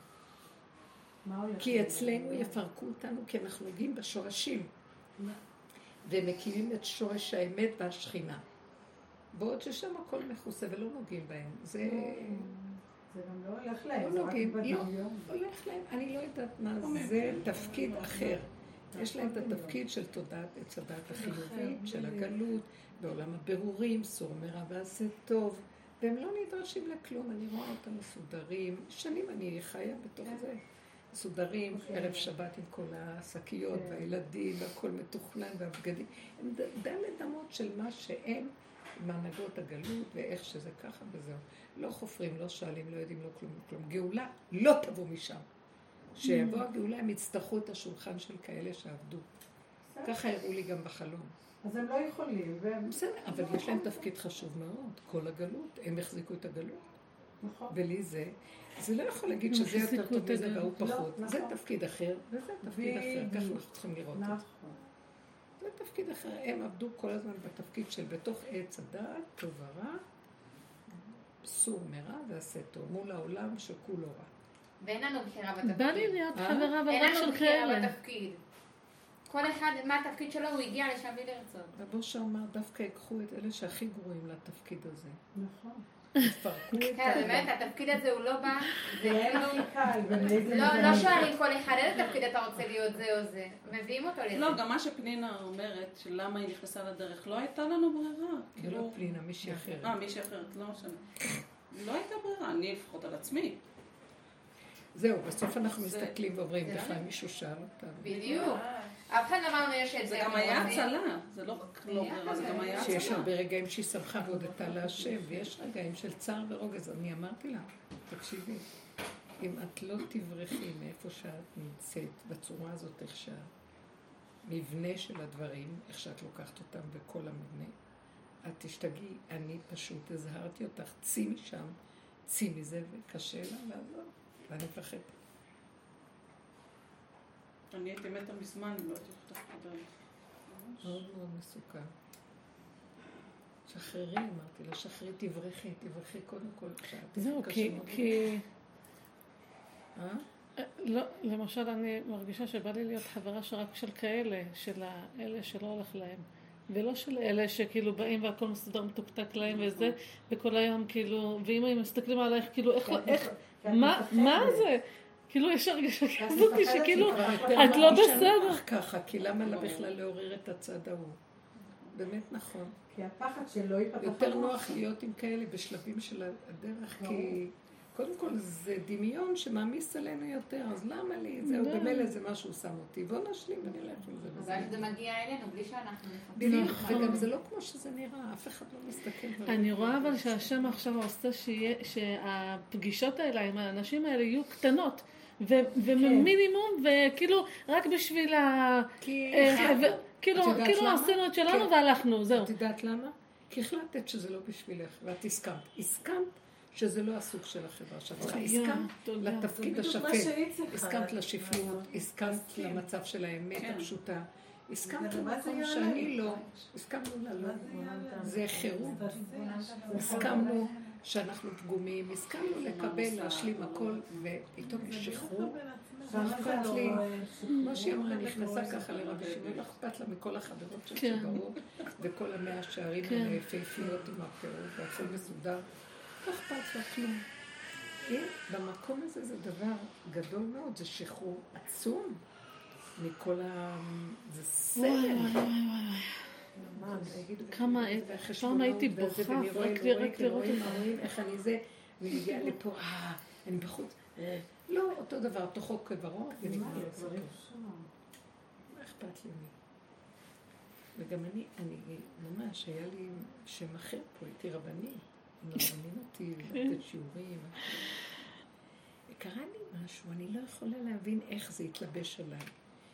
כי אצלנו יפרקו אותנו, כי אנחנו נוגעים בשורשים. ומקימים את שורש האמת והשכינה. בעוד ששם הכל מכוסה ולא נוגעים בהם. זה... זה גם לא הולך להם. לא נוגעים, לא הולך להם. אני לא יודעת מה זה תפקיד אחר. יש להם את התפקיד של תודעת עץ הדת החיובית, של הגלות, בעולם הבירורים, סור מרע ועשה טוב. והם לא נדרשים לכלום. אני רואה אותם מסודרים. שנים אני חיה בתוך זה. מסודרים, ערב שבת עם כל השקיות והילדים, והכל מתוכנן והבגדים. הם דלת אמות של מה שהם, מהנהגות הגלות, ואיך שזה ככה וזהו. לא חופרים, לא שואלים, לא יודעים, לא כלום, כלום. גאולה לא תבוא משם. שיבוא הגאולה, הם יצטרכו את השולחן של כאלה שעבדו. ככה הראו לי גם בחלום. אז הם לא יכולים. בסדר, אבל יש להם תפקיד חשוב מאוד. כל הגלות, הם החזיקו את הגלות. נכון. ולי זה, זה לא יכול להגיד שזה יותר טוב מזה והוא פחות. זה תפקיד אחר, וזה תפקיד אחר. ככה אנחנו צריכים לראות את זה. זה תפקיד אחר. הם עבדו כל הזמן בתפקיד של בתוך עץ הדעת, טוב ורע, סור מרע ועשה טוב, מול העולם שכולו רע. ואין לנו בחירה בתפקיד. בא לי להיות חברה בעולם אין של לנו בחירה כאלה. בתפקיד. כל אחד, מה התפקיד שלו, הוא הגיע לשם בלי לרצות. רבו שאמר, דווקא יקחו את אלה שהכי גרועים לתפקיד הזה. נכון. תפרקו את כן, באמת, התפקיד הזה הוא לא בא, זה הכי קל. לא שואלים כל אחד, איזה תפקיד אתה רוצה להיות זה או זה. מביאים אותו לזה. לא, גם מה שפנינה אומרת, שלמה היא נכנסה לדרך, לא הייתה לנו ברירה. לא פנינה, מישהי אחרת. אה, מישהי אחרת, לא משנה. לא הייתה ברירה, אני לפחות על עצמי. זהו, בסוף אנחנו מסתכלים ואומרים, בכלל מישהו שאל אותם. בדיוק. אף אחד לא אמרנו יש את זה. זה גם היה הצלה, זה לא רק לא ברירה, זה גם היה הצלה. שיש הרבה רגעים שהיא שמחה והודתה להשם, ויש רגעים של צער ורוגז. אני אמרתי לה, תקשיבי, אם את לא תברחי מאיפה שאת נמצאת, בצורה הזאת, איך שהמבנה של הדברים, איך שאת לוקחת אותם בכל המבנה, את תשתגעי, אני פשוט הזהרתי אותך, צי משם, צי מזה, וקשה לה לעזור, ואני מפחדת. אני הייתי מתה מזמן, לא הייתי חותך לדעת. מאוד מאוד מסוכן. שחררי, אמרתי לה, שחררי, תברכי, תברכי קודם כל. זהו, כי... לא, למשל, אני מרגישה שבא לי להיות חברה שרק של כאלה, של אלה שלא הולך להם. ולא של אלה שכאילו באים והכל מסודר מתוקתק להם וזה, וכל היום כאילו, ואם הם מסתכלים עלייך, כאילו, איך, מה זה? כאילו יש הרגשה כזאת שכאילו את לא בסדר. ככה, כי למה לה בכלל לעורר את הצד ההוא? באמת נכון. כי הפחד שלא ייפתח. יותר נוח להיות עם כאלה בשלבים של הדרך, כי קודם כל זה דמיון שמעמיס עלינו יותר, אז למה לי? זהו, במילא זה מה שהוא שם אותי. בוא נשלים ונלך עם זה. אבל זה מגיע אלינו בלי שאנחנו בדיוק, וגם זה לא כמו שזה נראה, אף אחד לא מסתכל. אני רואה אבל שהשם עכשיו עושה שהפגישות האלה עם האנשים האלה יהיו קטנות. ומינימום, וכאילו רק בשביל ה... כאילו עשינו את שלנו והלכנו, זהו. את יודעת למה? כי החלטת שזה לא בשבילך, ואת הסכמת. הסכמת שזה לא הסוג של החברה שלך. הסכמת לתפקיד השפט, הסכמת לשפלות, הסכמת למצב של האמת הפשוטה. הסכמת למקום שאני לא, הסכמנו ללא. זה חירות. הסכמנו שאנחנו פגומים, הסכמנו לקבל, להשלים הכל, ופתאום יש שחרור. אכפת לי, מה שהיא אמרה, נכנסה ככה לרבי שמעון, לא אכפת לה מכל החברות של שברו, וכל המאה השערים היפהפיות עם הפירות, והכל מסודר. לא אכפת לה כלום. במקום הזה זה דבר גדול מאוד, זה שחרור עצום. מכל ה... זה סרט. וואי וואי וואי. כמה, פעם הייתי בוכה, רק לראות את זה. איך אני זה, אני מגיעה לפה, אה, אני בחוץ. לא, אותו דבר, תוכו כברו, ונגמר הסיפור. מה אכפת לי מי? וגם אני, אני ממש, היה לי שם אחר פה, הייתי רבני. מרבנים אותי, לתת שיעורים. קרה לי משהו, אני לא יכולה להבין איך זה התלבש עליי.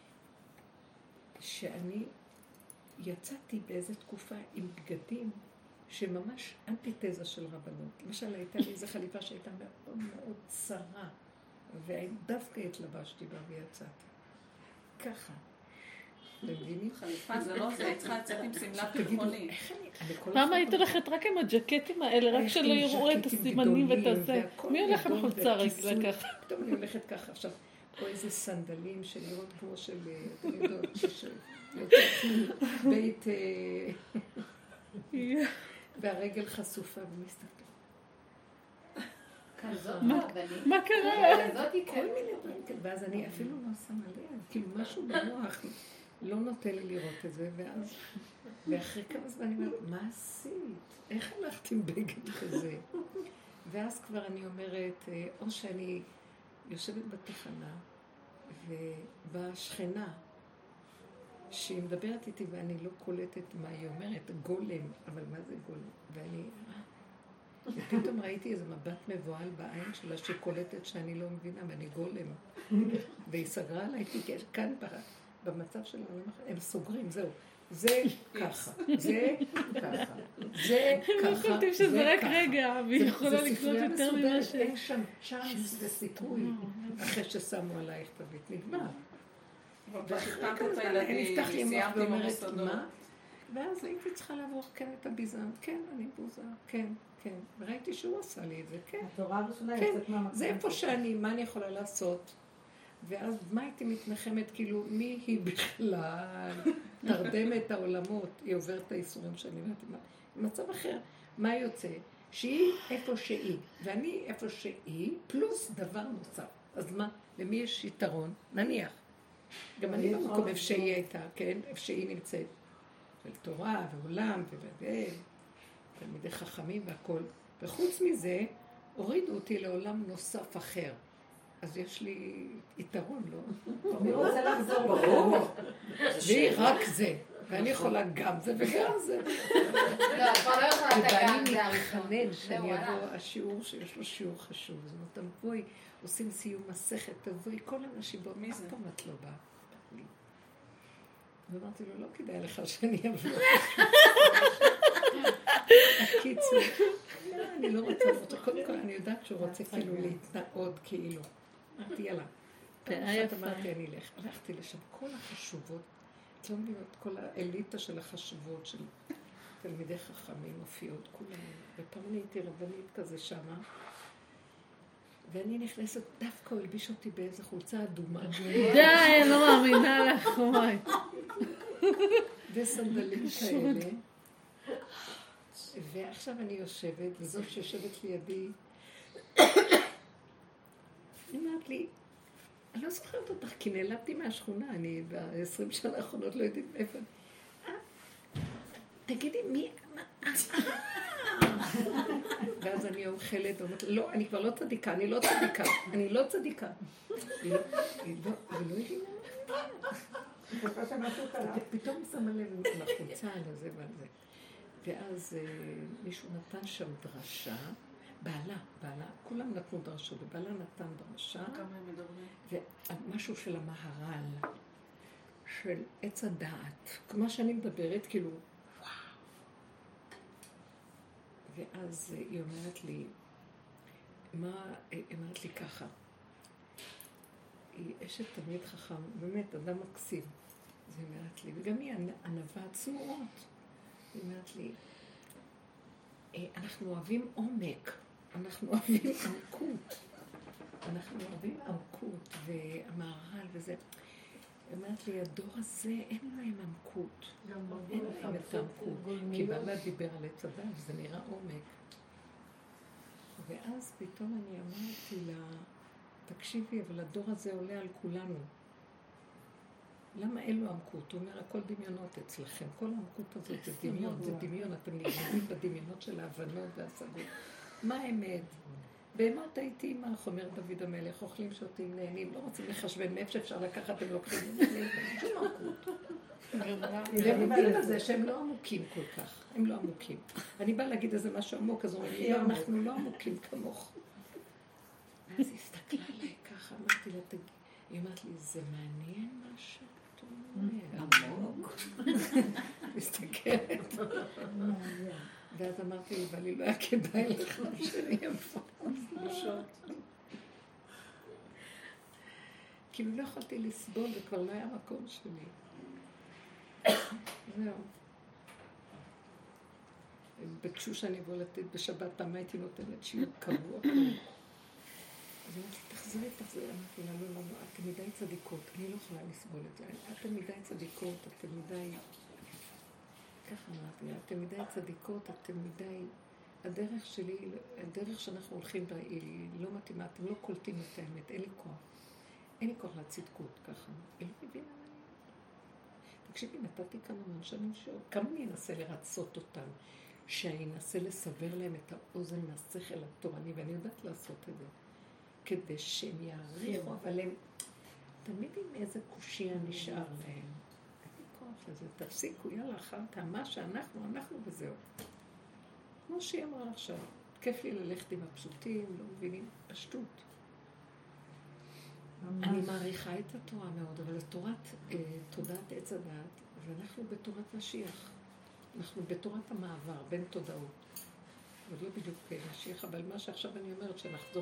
שאני יצאתי באיזו תקופה עם בגדים שממש אנטיתזה של רבנות. למשל, הייתה לי איזו חליפה שהייתה מאוד מאוד צרה, ודווקא התלבשתי בה ויצאתי. ככה. מבינים? חליפה זה לא זה, צריכה לצאת עם סמלה פרחונית. פעם היית הולכת רק עם הג'קטים האלה, רק שלא יראו את הסימנים ואת הזה. מי הולך עם חולצה רגלה ככה? פתאום אני הולכת ככה עכשיו. או איזה סנדלים שנראות כמו של תלמידות, בית... והרגל חשופה ומסתכל. כזאת מה קרה? כזאת היא כל מיני דברים כאלה, ואז אני אפילו לא שמה ליד, כאילו משהו במוח לא נוטה לי לראות את זה, ואז, ואחרי כמה זמן אני אומרת, מה עשית? איך הלכת עם בגד כזה? ואז כבר אני אומרת, או שאני יושבת בתחנה, ובאה שכנה, שהיא מדברת איתי ואני לא קולטת מה היא אומרת, גולם, אבל מה זה גולם? ואני... ופתאום ראיתי איזה מבט מבועל בעין שלה שקולטת שאני לא מבינה, ואני גולם. והיא סגרה עליי, כי כאן במצב שלנו, הם סוגרים, זהו. זה ככה, זה ככה, זה ככה, לא קולטים שזה רק רגע, והיא יכולה לקלוט יותר ממה ש... אין שם צ'אנס וסיכוי, אחרי ששמו עלייך תווית, נגמר. ואחרי כמה זמן, אני נפתח לי מוח ואומרת, מה? ואז הייתי צריכה לעבור, כן, את הביזם, כן, אני בוזה, כן, כן. וראיתי שהוא עשה לי את זה, כן. התורה הראשונה כן, יוצאת מהמקום. זה איפה שאני, מה אני יכולה לעשות? ואז מה הייתי מתנחמת, כאילו, מי היא בכלל? תרדמת העולמות, היא עוברת את האיסורים שאני אומרת, במצב אחר, מה יוצא? שהיא איפה שהיא, ואני איפה שהיא, פלוס דבר נוסף. אז מה, למי יש יתרון? נניח. גם אני במקום איפה שהיא הייתה, כן? איפה שהיא נמצאת. של תורה ועולם ותלמידי חכמים והכל. וחוץ מזה, הורידו אותי לעולם נוסף אחר. אז יש לי יתרון, לא? אני רוצה לחזור ברור. והיא רק זה. ואני יכולה גם זה וגם זה. לא, כבר לא יכולה את הגם זה הראשון. ואני מתחנן שאני אבוא השיעור שיש לו שיעור חשוב. זאת אומרת, תבואי, עושים סיום מסכת, תבואי כל אנשים בו, מי זה? את לא באה. ואמרתי לו, לא כדאי לך שאני אבוא. הקיצור, אני לא רוצה אותו. קודם כל, אני יודעת שהוא רוצה כאילו להתנאות כאילו. אמרתי, יאללה. פעם אחת אמרתי, אני אלך. הלכתי לשם, כל החשובות, את לא מבינות, כל האליטה של החשובות, של תלמידי חכמים, מופיעות כולם. ופעם אני הייתי רבנית כזה שמה, ואני נכנסת, דווקא הוא הלביש אותי באיזו חולצה אדומה. די, לא מאמינה לך, חומי. וסנדלים כאלה. ועכשיו אני יושבת, וזאת שיושבת לידי, היא אמרת לי, אני לא זוכרת אותך, כי נעלבתי מהשכונה, אני ב-עשרים שנה האחרונות לא יודעת איפה. תגידי, מי... ואז אני אוכלת, ואומרת, לא, אני כבר לא צדיקה, אני לא צדיקה, אני לא צדיקה. היא לא הבינה. פתאום שמה לב לחוצה על הזה ועל זה. ואז מישהו נתן שם דרשה, בעלה, בעלה, כולם נתנו דרשה, ובעלה נתן דרשה. כמה הם מדברים? ומשהו של המהר"ל, של עץ הדעת, כמו שאני מדברת, כאילו, וואו. ואז היא אומרת לי, מה, היא אומרת לי ככה, היא אשת תלמיד חכם, באמת, אדם מקסים. אז היא אומרת לי, וגם היא ענווה צנועות. היא אומרת לי, אנחנו אוהבים עומק, אנחנו אוהבים עמקות. אנחנו אוהבים עמקות והמהר"ל וזה. היא אומרת לי, הדור הזה אין להם עמקות. אין להם את העמקות. כי בעלה דיבר על עץ הדת, וזה נראה עומק. ואז פתאום אני אמרתי לה, תקשיבי, אבל הדור הזה עולה על כולנו. למה אין לו עמקות? הוא אומר, הכל דמיונות אצלכם. כל העמקות הזאת זה דמיון, זה דמיון. אתם נגמרים בדמיונות של ההבנות והשגות. מה האמת? בהמות הייתי עמך, אומר דוד המלך, אוכלים, שותים, נהנים, לא רוצים לחשבן, מאיפה שאפשר לקחת, הם לוקחים, שום עמקות. והם מביאים על זה שהם לא עמוקים כל כך, הם לא עמוקים. אני באה להגיד איזה משהו עמוק, אז אומרים לי, לא, אנחנו לא עמוקים כמוך. אז היא הסתכלה עליי ככה, אמרתי לה, תגיד, היא אמרת לי, זה מעניין מה שאת אומרת. עמוק. מסתכלת. ואז אמרתי לי, אבל היא לא היה כדאי לך שאני אבוא. כאילו לא יכולתי לסבול וכבר לא היה מקום שלי. זהו. ביקשו שאני אבוא לתת בשבת, פעם הייתי נותנת שיעור קבוע. אז אמרתי, תחזרי, תחזרי. אמרתי לה, לא, לא, לא, אתם מדי צדיקות, אני לא יכולה לסבול את זה. אתם מדי צדיקות, אתם מדי... ככה אמרתי לה, אתם מדי צדיקות, אתם מדי... הדרך שלי, הדרך שאנחנו הולכים בה היא לא מתאימה, אתם לא קולטים את האמת, אין לי כוח. אין לי כוח לצדקות ככה. היא לא מבינה. תקשיבי, נתתי כמה מנשנים שעוד, כמה אני אנסה לרצות אותם, שאני אנסה לסבר להם את האוזן מהשכל התורני, ואני יודעת לעשות את זה, כדי שהם יעריכו, אבל הם תמיד עם איזה קושיה נשאר להם. אין לי כוח לזה, תפסיקו, יאללה, אחרת, מה שאנחנו, אנחנו וזהו. כמו שהיא אמרה עכשיו, כיף לי ללכת עם הפשוטים, לא מבינים, פשטות. אני מעריכה את התורה מאוד, אבל התורת, אה, תודעת עץ הדעת, ואנחנו בתורת משיח. אנחנו בתורת המעבר, בין תודעות. עוד לא בדיוק משיח, אבל מה שעכשיו אני אומרת, שנחזור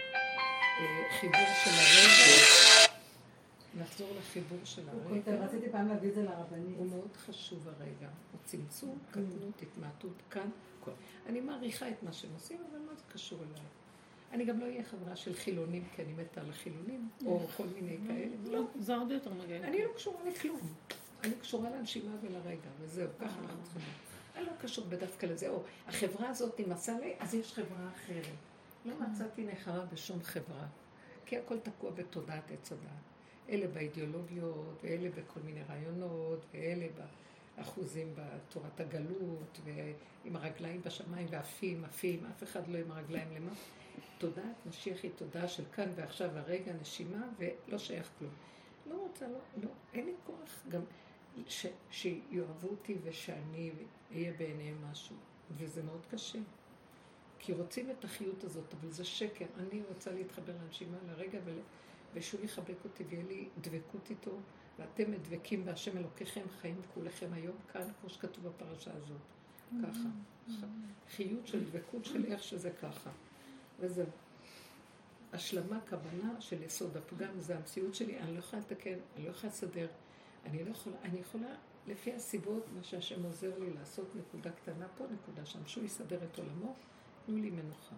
לחיבור של הרגע, נחזור לחיבור של הרגע. רציתי פעם להביא את זה לרבנית. הוא מאוד חשוב הרגע. הוא צמצום, קטנות, התמעטות, כאן, כל. אני מעריכה את מה שהם עושים, אבל מה זה קשור אליי? אני גם לא אהיה חברה של חילונים, כי אני מתה על החילונים, או כל מיני כאלה. לא, זה הרבה יותר מגעיל. אני לא קשורה לכלום. אני קשורה לנשימה ולרגע, וזהו, ככה אנחנו צריכים. אני לא קשור בדווקא לזה, או החברה הזאת נמסה לי, אז יש חברה אחרת. לא מצאתי נחרה בשום חברה, כי הכל תקוע בתודעת עץ הדעת. אלה באידיאולוגיות, ואלה בכל מיני רעיונות, ואלה באחוזים בתורת הגלות, ועם הרגליים בשמיים, ועפים, עפים, אף אחד לא עם הרגליים למה. תודעת משיח היא תודעה של כאן ועכשיו הרגע נשימה ולא שייך כלום. לא רוצה, לא, לא, אין לי כוח גם ש, שיואבו אותי ושאני אהיה בעיניהם משהו. וזה מאוד קשה. כי רוצים את החיות הזאת, אבל זה שקר. אני רוצה להתחבר לנשימה לרגע ול, ושהוא יחבק אותי ויהיה לי דבקות איתו, ואתם מדבקים בהשם אלוקיכם חיים כולכם היום כאן, כמו שכתוב בפרשה הזאת. ככה. חיות של דבקות של איך שזה ככה. וזהו. השלמה, כוונה של יסוד הפגם, זה המציאות שלי, אני לא יכולה לתקן, אני לא יכולה לסדר, אני לא יכולה, אני יכולה, לפי הסיבות, מה שהשם עוזר לי לעשות נקודה קטנה פה, נקודה שם, שהוא יסדר את עולמו, תנו לי מנוחה.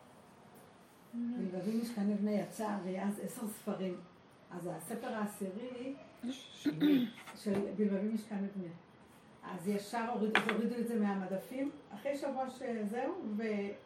בלבבי משכן אבנה יצא הרי אז עשר ספרים, אז הספר העשירי, של מי? של בלבבי משכן אבנה. אז ישר הורידו, הורידו את זה מהמדפים, אחרי שבוע שזהו, ו...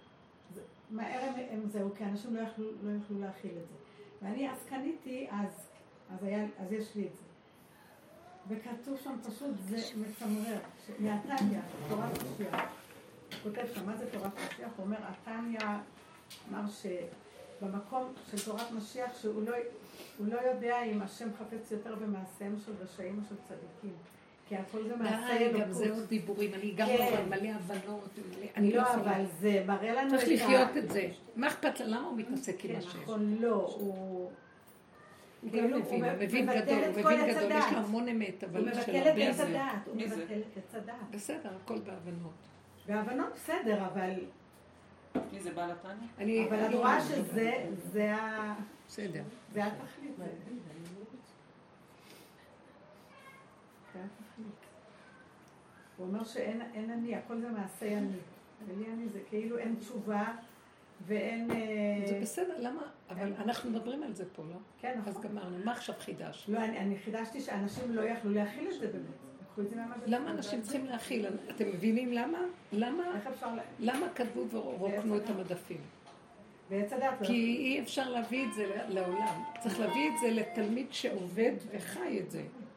מהר הם, הם זהו, כי אנשים לא יכלו, לא יכלו להכיל את זה. ואני אז קניתי, אז, אז, היה, אז יש לי את זה. וכתוב שם פשוט, זה מצמרר, מהתניא, תורת משיח. הוא כותב שם, מה זה תורת משיח? הוא אומר, התניא אמר שבמקום של תורת משיח, שהוא לא, הוא לא יודע אם השם חפץ יותר במעשיהם של רשעים או של צדיקים. כי הכל זה מעשה אלוקות. גם זה עוד דיבורים, אני גם מלא הבנות. אני לא, אבל זה מראה לנו את ה... צריך לחיות את זה. מה אכפת לה? למה הוא מתעסק עם השם? נכון, לא, הוא... הוא גם מבין, הוא מבין גדול, הוא מבין גדול, יש לו המון אמת, אבל הוא מבטל את עץ הדעת, הוא מבטל את עץ הדעת. בסדר, הכל בהבנות. בהבנות בסדר, אבל... מי זה בעל התניא? אבל אני רואה שזה, זה ה... בסדר. זה התכלית. הוא אומר שאין אני, הכל זה מעשה אני. ולי אני זה כאילו אין תשובה ואין... זה בסדר, למה? אבל אנחנו מדברים על זה פה, לא? כן, נכון. אז גמרנו, מה עכשיו חידש? לא, אני חידשתי שאנשים לא יכלו להכיל את זה באמת. למה אנשים צריכים להכיל? אתם מבינים למה? למה כתבו ורוקנו את המדפים? כי אי אפשר להביא את זה לעולם. צריך להביא את זה לתלמיד שעובד וחי את זה.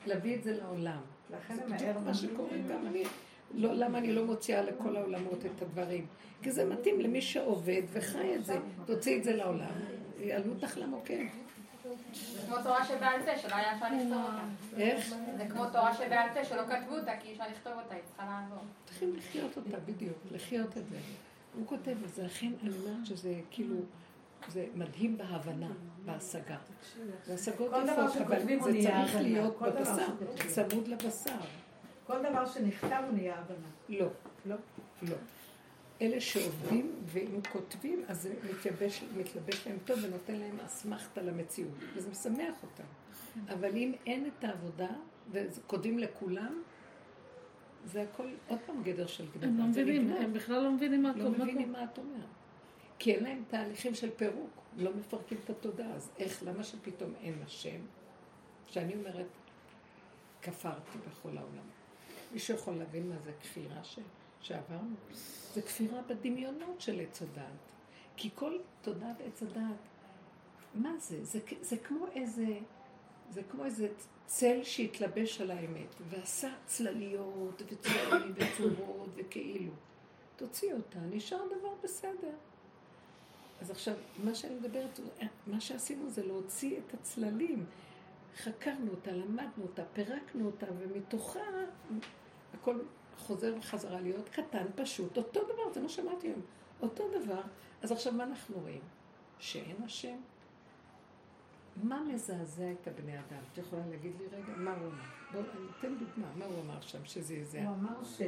להביא את זה לעולם. לכן זה זה בדיוק מהר מה שקורה גם אני. לא, למה אני לא מוציאה לכל העולמות את הדברים? כי זה מתאים למי שעובד וחי את זה. תוציא את זה לעולם. יעלו אותך למוקד. זה כמו תורה שבעל פה, שלא היה אפשר לכתוב אותה. איך? זה כמו תורה שבעל פה, שלא כתבו אותה, כי אפשר לכתוב אותה, היא צריכה לעבור. צריכים לחיות אותה, בדיוק, לחיות את זה. הוא כותב את זה, לכן אני אומרת שזה כאילו, זה מדהים בהבנה, בהשגה. זה השגות יפות, אבל זה צריך להיות בבשר, צמוד לבשר. כל דבר שנכתב הוא נהיה הבנה. לא, לא, לא. אלה שעובדים והם כותבים, אז זה מתלבש, מתלבש להם טוב ונותן להם אסמכתה למציאות, וזה משמח אותם. אבל אם אין את העבודה, וכותבים לכולם, זה הכל עוד פעם גדר של גדולה. הם לא מבינים, הם בכלל לא מבינים מה לא מבינים מה את אומרת. כי אין להם תהליכים של פירוק, לא מפרקים את התודעה. אז איך, למה שפתאום אין השם? שאני אומרת, כפרתי בכל העולם. מישהו יכול להבין מה זה כפירה ש... שעברנו? זה כפירה בדמיונות של עץ הדעת. כי כל תודעת עץ הדעת, מה זה? זה, זה כמו איזה, זה כמו איזה צל שהתלבש על האמת, ועשה צלליות וצללים וצורות וכאילו. תוציא אותה, נשאר דבר בסדר. אז עכשיו, מה שאני מדברת, מה שעשינו זה להוציא את הצללים. חקרנו אותה, למדנו אותה, פירקנו אותה, ומתוכה הכל חוזר וחזרה להיות קטן, פשוט. אותו דבר, זה מה שאמרתי היום. אותו דבר. אז עכשיו מה אנחנו רואים? שאין השם. מה מזעזע את הבני אדם? את יכולה להגיד לי רגע, מה הוא אמר? בואו, אני אתן דוגמה, מה הוא אמר שם שזה זה? הוא אמר ש...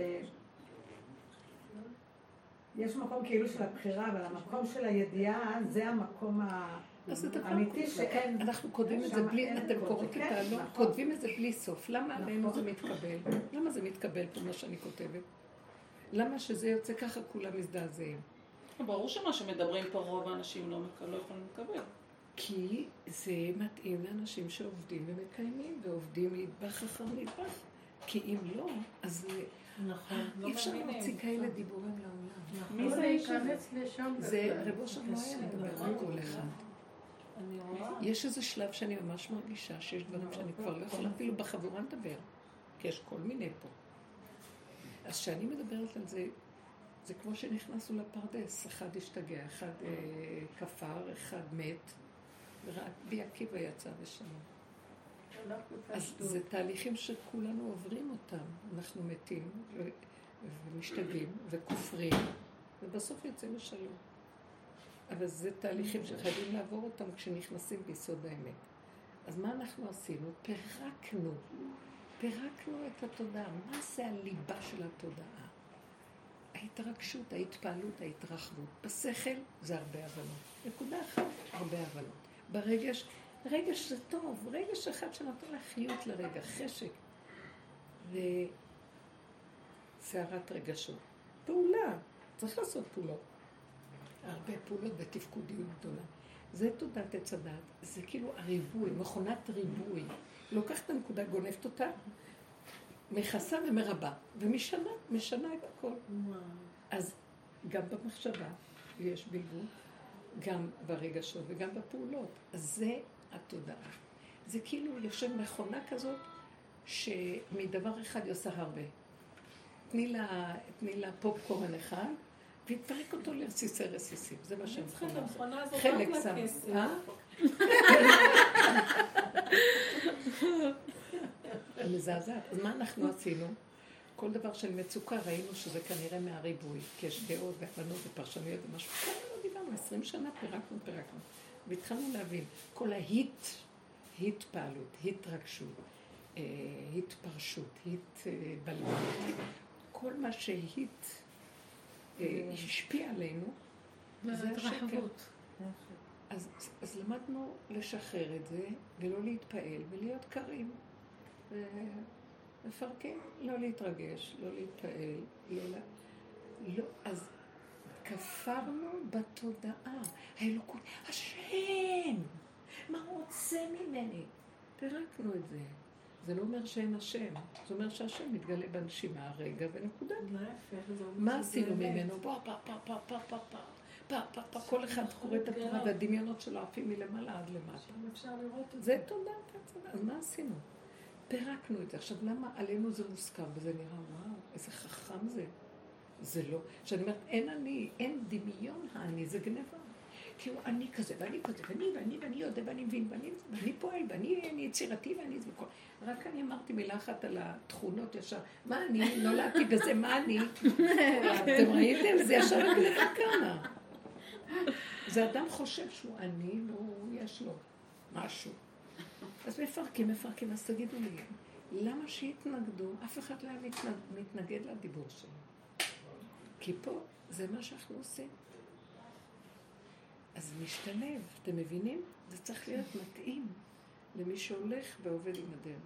יש מקום כאילו של הבחירה, אבל המקום של הידיעה זה המקום האמיתי שאין. אנחנו כותבים את זה בלי, אתם קוראים את העלון, כותבים את זה בלי סוף. למה עלינו זה מתקבל? למה זה מתקבל פה מה שאני כותבת? למה שזה יוצא ככה כולם מזדעזעים? ברור שמה שמדברים פה רוב האנשים לא יכולים לקבל. כי זה מתאים לאנשים שעובדים ומקיימים, ועובדים נדבך אחר נדבך. כי אם לא, אז אי אפשר להוציא כאלה דיבורים לעולם. מי זה ייכנס לשם? זה רבו שם לא היה לדבר על כל אחד. יש איזה שלב שאני ממש מרגישה שיש דברים שאני כבר לא יכולה אפילו בחבורה לדבר, כי יש כל מיני פה. אז כשאני מדברת על זה, זה כמו שנכנסנו לפרדס, אחד השתגע, אחד כפר, אחד מת, ורק בי עקיבא יצא ושם. אז זה תהליכים שכולנו עוברים אותם. אנחנו מתים ומשתגעים וכופרים, ובסוף יוצא לשלום. אבל זה תהליכים שחייבים לעבור אותם כשנכנסים ביסוד האמת. אז מה אנחנו עשינו? פירקנו. פירקנו את התודעה. מה זה הליבה של התודעה? ההתרגשות, ההתפעלות, ההתרחבות. בשכל זה הרבה הבנות. נקודה אחת, הרבה הבנות. ברגש, רגש זה טוב. רגש אחד שנתון לחיות לרגע, חשק. וסערת רגשות. פעולה. צריך לעשות פעולות. הרבה פעולות בתפקודיות גדולה. זה תודעת עץ הדעת. זה כאילו הריבוי, מכונת ריבוי. לוקחת את הנקודה, גונבת אותה, מכסה ומרבה, ומשנה, משנה את הכל. אז גם במחשבה יש בלבול, גם ברגשות וגם בפעולות. אז זה התודעה. זה כאילו יושב מכונה כזאת, שמדבר אחד היא עושה הרבה. תני לה, תני לה פופקורן אחד, והתפרק אותו לרסיסי רסיסים. זה מה שהם צריכים לעשות. חלק שם. אה? מזעזעת. אז מה אנחנו עשינו? כל דבר של מצוקה ראינו שזה כנראה מהריבוי, כי יש דעות והבנות ופרשנויות ומשהו. כמה לא דיברנו, עשרים שנה פירקנו, פירקנו. והתחלנו להבין, כל ההיט, התפעלות, התרגשות, התפרשות, התבלבלות, כל מה שהיט השפיע עלינו, זה השקר. אז, אז למדנו לשחרר את זה, ולא להתפעל, ולהיות קרים. מפרקים, לא להתרגש, לא להתפעל, לא... לא, אז כפרנו בתודעה, האלוקות, השם! מה הוא רוצה ממני? פירקנו את זה. זה לא אומר שאין השם, זה אומר שהשם מתגלה בנשימה הרגע ונקודה. מה עשינו ממנו? פה, פה, פה, פה, פה, פה, פה, פה, פה, פה, כל אחד קורא את התורה והדמיונות שלו עפים מלמעלה עד למטה. זה תודה, אז מה עשינו? פירקנו את זה. עכשיו, למה עלינו זה מוסכם? וזה נראה, וואו, איזה חכם זה. זה לא. שאני אומרת, אין אני, אין דמיון האני, זה גנבה. כאילו, אני כזה, ואני כזה, ואני, ואני, ואני יודע, ואני מבין, ואני, ואני פועל, ואני יצירתי, ואני זה וכל. רק אני אמרתי מילה אחת על התכונות ישר. מה אני? נולדתי בזה, מה אני? אתם ראיתם? זה ישר גנבה כמה. זה אדם חושב שהוא אני, והוא יש לו משהו. אז מפרקים, מפרקים, אז תגידו לי, למה שיתנגדו? אף אחד לא מתנגד, מתנגד לדיבור שלו. כי פה זה מה שאנחנו עושים. אז משתלב, אתם מבינים? זה צריך להיות מתאים למי שהולך ועובד עם הדרך.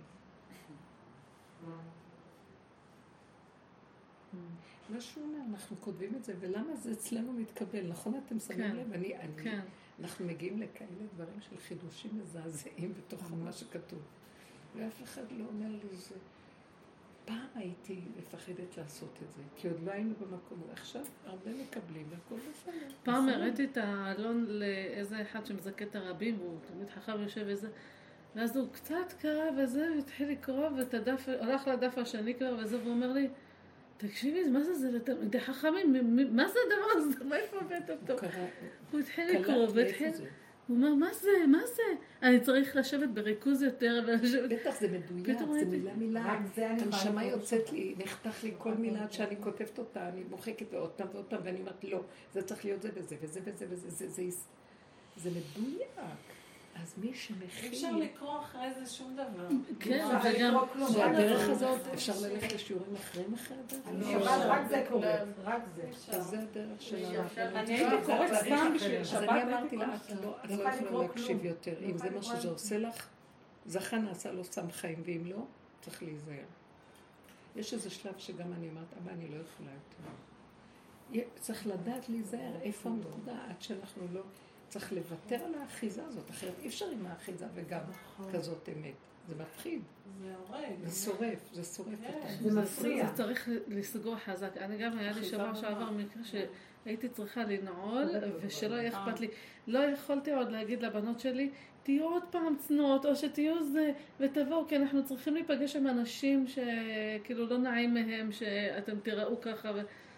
מה שהוא אומר, אנחנו כותבים את זה, ולמה זה אצלנו מתקבל? נכון, אתם שמים לב? אני, אני, אנחנו מגיעים לכאלה דברים של חידושים מזעזעים בתוך מה שכתוב. ואף אחד לא אומר לי זה. פעם הייתי מפחדת לעשות את זה, כי עוד לא היינו במקום, ועכשיו הרבה מקבלים, והכל בסדר. פעם הראיתי את האלון לאיזה אחד שמזכה את הרבים, והוא תמיד חכם יושב וזה, ואז הוא קצת קרא וזה, והתחיל לקרוא, והלך לדף השני כבר וזה, והוא אומר לי, תקשיבי, מה זה זה לתלמידי חכמים? מה זה הדבר הזה? מה איפה הבאת אותו? הוא התחיל לקרוא, והתחיל... הוא אומר, מה זה? מה זה? אני צריך לשבת בריכוז יותר ולשבת... בטח, זה מדויק, זה מילה מילה. הנשמה יוצאת לי, נחתך לי כל מילה עד שאני כותבת אותה, אני מוחקת ואותם ואותם, ואני אומרת, לא, זה צריך להיות זה וזה וזה וזה וזה, זה מדויק. אז מי שמכין... אפשר לקרוא אחרי זה שום דבר. כן, וגם... והדרך הזאת, אפשר ללכת לשיעורים אחרים אחרי הדרך? אני אומרת, רק זה קורה, רק זה. אז זה הדרך שלנו. אני הייתי קוראת סתם בשביל שבת. אז אני אמרתי לה, את לא יכולה להקשיב יותר. אם זה מה שזה עושה לך, זכה נעשה לו סם חיים, ואם לא, צריך להיזהר. יש איזה שלב שגם אני אמרת, אבא, אני לא יכולה יותר. צריך לדעת להיזהר איפה הנקודה, עד שאנחנו לא... צריך לוותר על האחיזה הזאת, אחרת אי אפשר עם האחיזה וגם כזאת אמת. זה מפחיד. זה הורג. זה שורף, זה שורף אותנו. זה מפריע. זה צריך לסגור חזק. אני גם היה לי שבוע שעבר מקרה שהייתי צריכה לנעול ושלא יהיה אכפת לי. לא יכולתי עוד להגיד לבנות שלי, תהיו עוד פעם צנועות או שתהיו זה ותבואו, כי אנחנו צריכים להיפגש עם אנשים שכאילו לא נעים מהם, שאתם תראו ככה.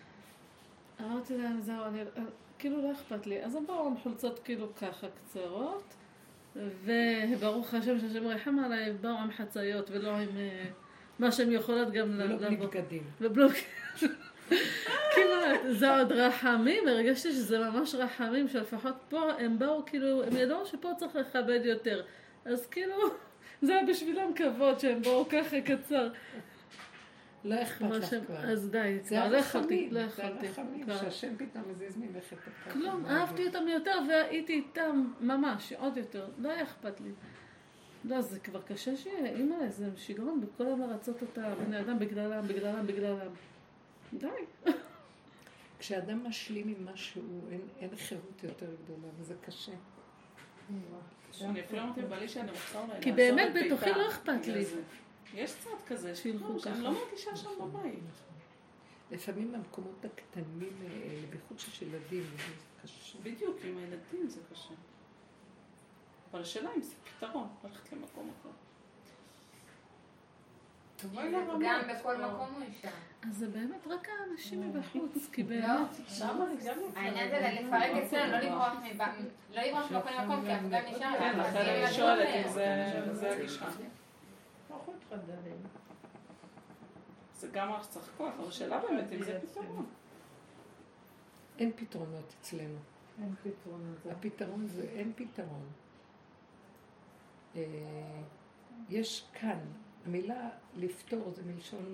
אמרתי להם, זהו, אני... כאילו לא אכפת לי. אז הם באו עם חולצות כאילו ככה קצרות, וברוך השם שהשם רחם עליי, באו עם חצאיות ולא עם מה שהן יכולות גם לבוא. ולא בלי בגדים. ובלוק. כמעט, זה עוד רחמים, הרגשתי שזה ממש רחמים, שלפחות פה הם באו כאילו, הם ידעו שפה צריך לכבד יותר. אז כאילו, זה היה בשבילם כבוד שהם באו ככה קצר. לא אכפת לך כבר. אז די, זה הרחמים, לא יכולתי. זה הרחמים, שהשם פתאום מזיז ממך את הפרק. כלום, אהבתי אותם יותר והייתי איתם ממש, עוד יותר, לא היה אכפת לי. לא, זה כבר קשה שיהיה, אימא, זה שיגרון בכל הזמן לרצות אותה, בני אדם בגללם, בגללם, בגללם. די. כשאדם משלים עם משהו, אין חירות יותר גדולה, וזה קשה. אני אפילו אמרתי בלי שאני רוצה אולי לעזור את ביתה. כי באמת בתוכי לא אכפת לי. יש צד כזה, שילכו ככה. שאני לא מרגישה שם בבית. לפעמים המקומות הקטנים, בייחוד של ילדים, זה קשה. בדיוק, עם הילדים זה קשה. אבל השאלה אם זה פתרון, ללכת למקום אחר. גם בכל מקום הוא אישה. אז זה באמת רק האנשים מבחוץ, כי לא, באמת... העניין זה לפרק אצלנו, לא לברוח מכל מקום, כי אנחנו גם נשאר. כן, לכן אני שואלת אם זה הגישה. פחות חדרים. זה גם רק צריך כוח, אבל שאלה באמת אם זה פתרון. אין פתרונות אצלנו. אין פתרונות. הפתרון זה, אין פתרון. יש כאן, המילה לפתור זה מלשון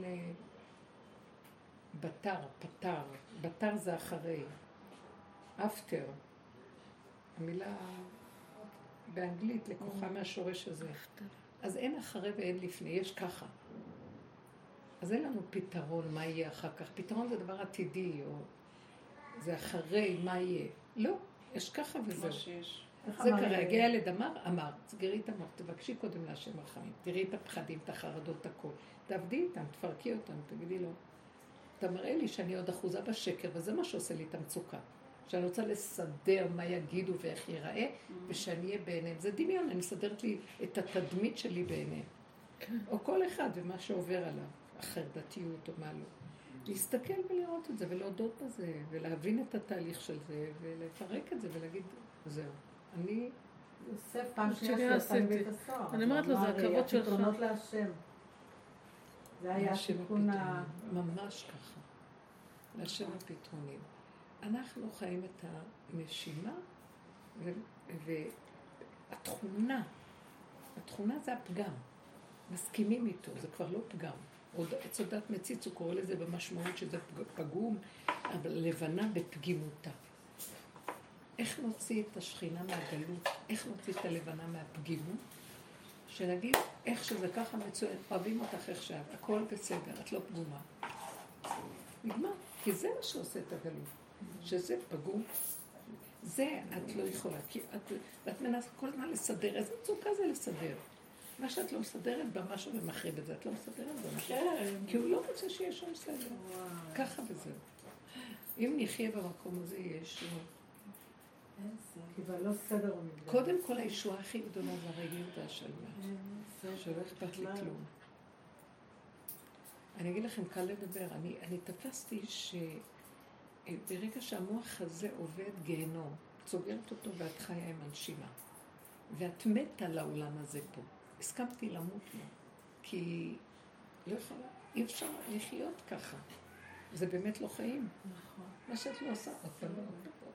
בתר, פתר. בתר זה אחרי. אפטר. המילה באנגלית לקוחה מהשורש הזה. אז אין אחרי ואין לפני, יש ככה. אז אין לנו פתרון מה יהיה אחר כך. פתרון זה דבר עתידי, או זה אחרי מה יהיה. לא, יש ככה וזהו. זה כרגע, ילד אמר, אמר, סגרי את המוח, תבקשי קודם להשם רחמים, תראי את הפחדים, את החרדות, הכל. תעבדי איתם, תפרקי אותם, תגידי לו. אתה מראה לי שאני עוד אחוזה בשקר, וזה מה שעושה לי את המצוקה. שאני רוצה לסדר מה יגידו ואיך ייראה, ושאני אהיה בעיניהם. זה דמיון, אני מסדרת לי את התדמית שלי בעיניהם. או כל אחד ומה שעובר עליו, החרדתיות או מה לא. להסתכל ולראות את זה ולהודות בזה, ולהבין את התהליך של זה, ולפרק את זה ולהגיד, זהו. אני... יוסף פעם שנייה שעשה מבית הסוהר. אני אומרת לו, זה הכבוד שלך. הפתרונות להשם. זה היה התיקון ה... ממש ככה. להשם הפתרונים. אנחנו חיים את הנשימה, והתכונה, התכונה זה הפגם. מסכימים איתו, זה כבר לא פגם. עוד עץ הדת מציץ, הוא קורא לזה במשמעות שזה פגום, אבל לבנה בפגימותה. איך נוציא את השכינה מהגלות? איך נוציא את הלבנה מהפגימות? שנגיד, איך שזה ככה מצוין, אוהבים אותך איך שאת, הכל בסדר, את לא פגומה. נגמר, כי זה מה שעושה את הגלות. שזה פגום, זה את לא יכולה, כי את, ואת מנסה כל הזמן לסדר, איזה מצוקה זה לסדר. מה שאת לא מסדרת בה משהו ומחריב את זה, את לא מסדרת בה משהו. כי הוא לא רוצה שיהיה שם סדר. ככה וזהו. אם נחיה במקום הזה, יהיה ישוע. כי זה לא סדר או מגדר. קודם כל הישועה הכי גדולה זה הרגיעות והשלווה. שלא אכפת לי כלום. אני אגיד לכם, קל לדבר. אני, אני תפסתי שברגע שהמוח הזה עובד גיהנום, צוגרת אותו ואת חיה עם הנשימה. ואת מתה לעולם הזה פה. הסכמתי למות לו, כי לא יכולה, אי אפשר לחיות ככה. זה באמת לא חיים. נכון. מה שאת לא עושה, אתה לא,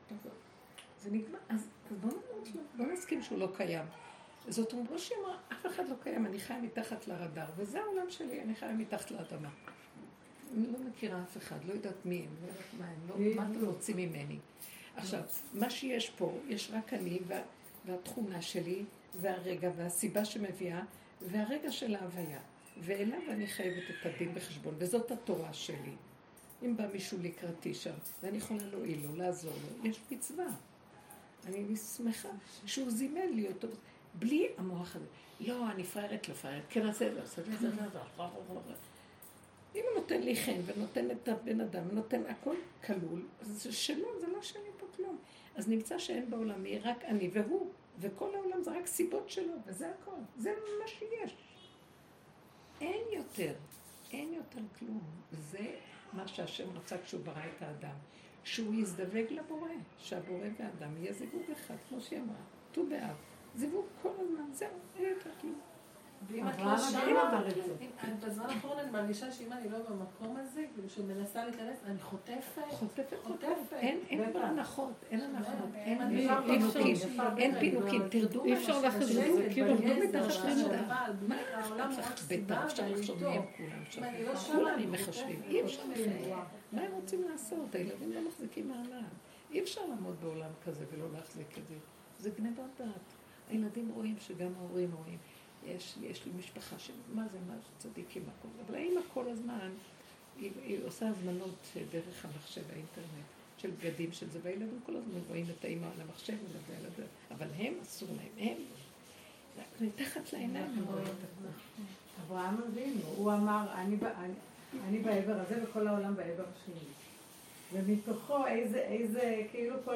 זה נגמר. אז בוא נמות לו, בוא נסכים שהוא לא קיים. זאת אומרת, שהיא אמרה, אף אחד לא קיים, אני חיה מתחת לרדאר, וזה העולם שלי, אני חיה מתחת לאדמה. אני לא מכירה אף אחד, לא יודעת מי הם, לא יודעת מה הם, לא, מה אתם רוצים ממני. עכשיו, מה שיש פה, יש רק אני וה, והתכונה שלי, והרגע והסיבה שמביאה, והרגע של ההוויה. ואליו אני חייבת את הדין בחשבון, וזאת התורה שלי. אם בא מישהו לקראתי שם, ואני יכולה להועיל לו, לעזור לו, יש מצווה. אני שמחה שהוא זימן לי אותו, בלי המוח הזה. לא, אני פריירת, לא פריירת, כן, אז זה לא, זה לא, זה לא, זה לא. אם הוא נותן לי חן ונותן את הבן אדם, ונותן הכל כלול, אז זה שלו, זה לא שלי פה כלום. אז נמצא שאין בעולמי רק אני והוא, וכל העולם זה רק סיבות שלו, וזה הכל. זה מה שיש. אין יותר, אין יותר כלום. זה מה שהשם רצה כשהוא ברא את האדם. שהוא יזדווג לבורא, שהבורא והאדם יהיה זיווג אחד, כמו שהיא אמרה. ט"ו באב. זיווג כל הזמן, זהו, אין יותר כלום. ואם את לא שמה, בזמן האחרון אני מרגישה שאם אני לא במקום הזה, כאילו שמנסה להיכנס, אני חוטפת, חוטפת, חוטפת. אין כבר הנחות, אין הנחות, אין פינוקים, אין פינוקים, תרדו אי אפשר לחזור, זה כאילו לא מתחשבים אותה. מה צריך בטח, אפשר לחשוב מי הם כולם, כולם הם מחשבים, אי אפשר לחיים. מה הם רוצים לעשות? הילדים לא מחזיקים מעמד. אי אפשר לעמוד בעולם כזה ולא להחזיק את זה. זה גנבת דעת. הילדים רואים שגם ההורים רואים. יש, יש לי משפחה של מה זה, מה צדיקים הכל. אבל האמא כל הזמן, היא, היא עושה הזמנות דרך המחשב האינטרנט, של בגדים של זה, והילדים כל הזמן רואים את האמא על המחשב ולזה, ולזה. אבל הם אסור להם, הם. מתחת לעיניים הם רואים את הכל. אברהם אבינו, הוא אמר, אני, אני, אני בעבר הזה וכל העולם בעבר שלי. ומתוכו איזה, איזה, כאילו כל...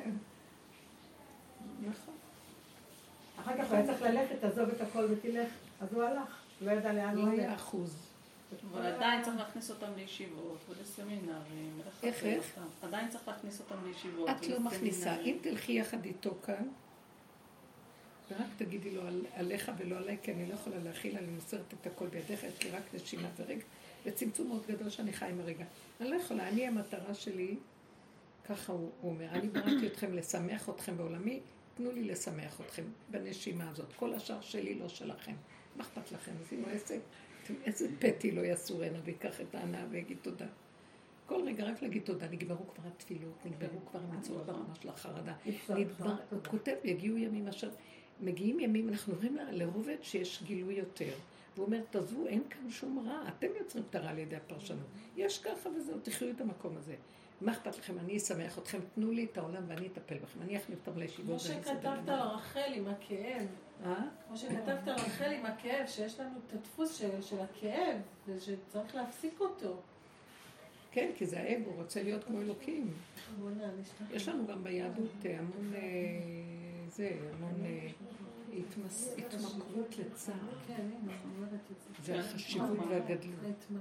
נכון. אחר כך הוא היה צריך ללכת, תעזוב את הכל ותלך, אז הוא הלך, לא ידע לאן הוא היה. אחוז. אבל עדיין צריך להכניס אותם לישיבות ולסמינרים. איך, איך? עדיין צריך להכניס אותם לישיבות. את לא מכניסה. אם תלכי יחד איתו כאן, ורק תגידי לו עליך ולא עליי, כי אני לא יכולה להכיל, אני מוסרת את הכל בידיך, יש לי רק נשימה ורגע, וצמצום מאוד גדול שאני חי עם הרגע. אני לא יכולה, אני המטרה שלי, ככה הוא אומר, אני בראתי אתכם לשמח אתכם בעולמי, תנו לי לשמח אתכם בנשימה הזאת. כל השאר שלי לא שלכם. מה אכפת לכם? עשינו עסק, איזה פתי לא יסור הנה ויקח את ההנאה ויגיד תודה. כל רגע רק להגיד תודה, נגמרו כבר התפילות, נגמרו כבר המצוות ברמה של החרדה. הוא כותב, יגיעו ימים אשר, מגיעים ימים, אנחנו עוברים לרובד שיש גילוי יותר. והוא אומר, תעזבו, אין כאן שום רע, אתם יוצרים את הרע על ידי הפרשנות. יש ככה וזהו, תחיו את המקום הזה. מה אכפת לכם? אני אשמח אתכם, תנו לי את העולם ואני אטפל בכם. אני אכניס אותם לישיבות. כמו שכתבת על רחל עם הכאב. אה? כמו שכתבת על רחל עם הכאב, שיש לנו את הדפוס של, של הכאב, ושצריך להפסיק אותו. כן, כי זה האב, הוא רוצה להיות כמו אלוקים. יש לנו גם ביהדות המון, זה, המון התמכרות לצער. כן, אני אומרת את זה. זה החשיבות והגדלות.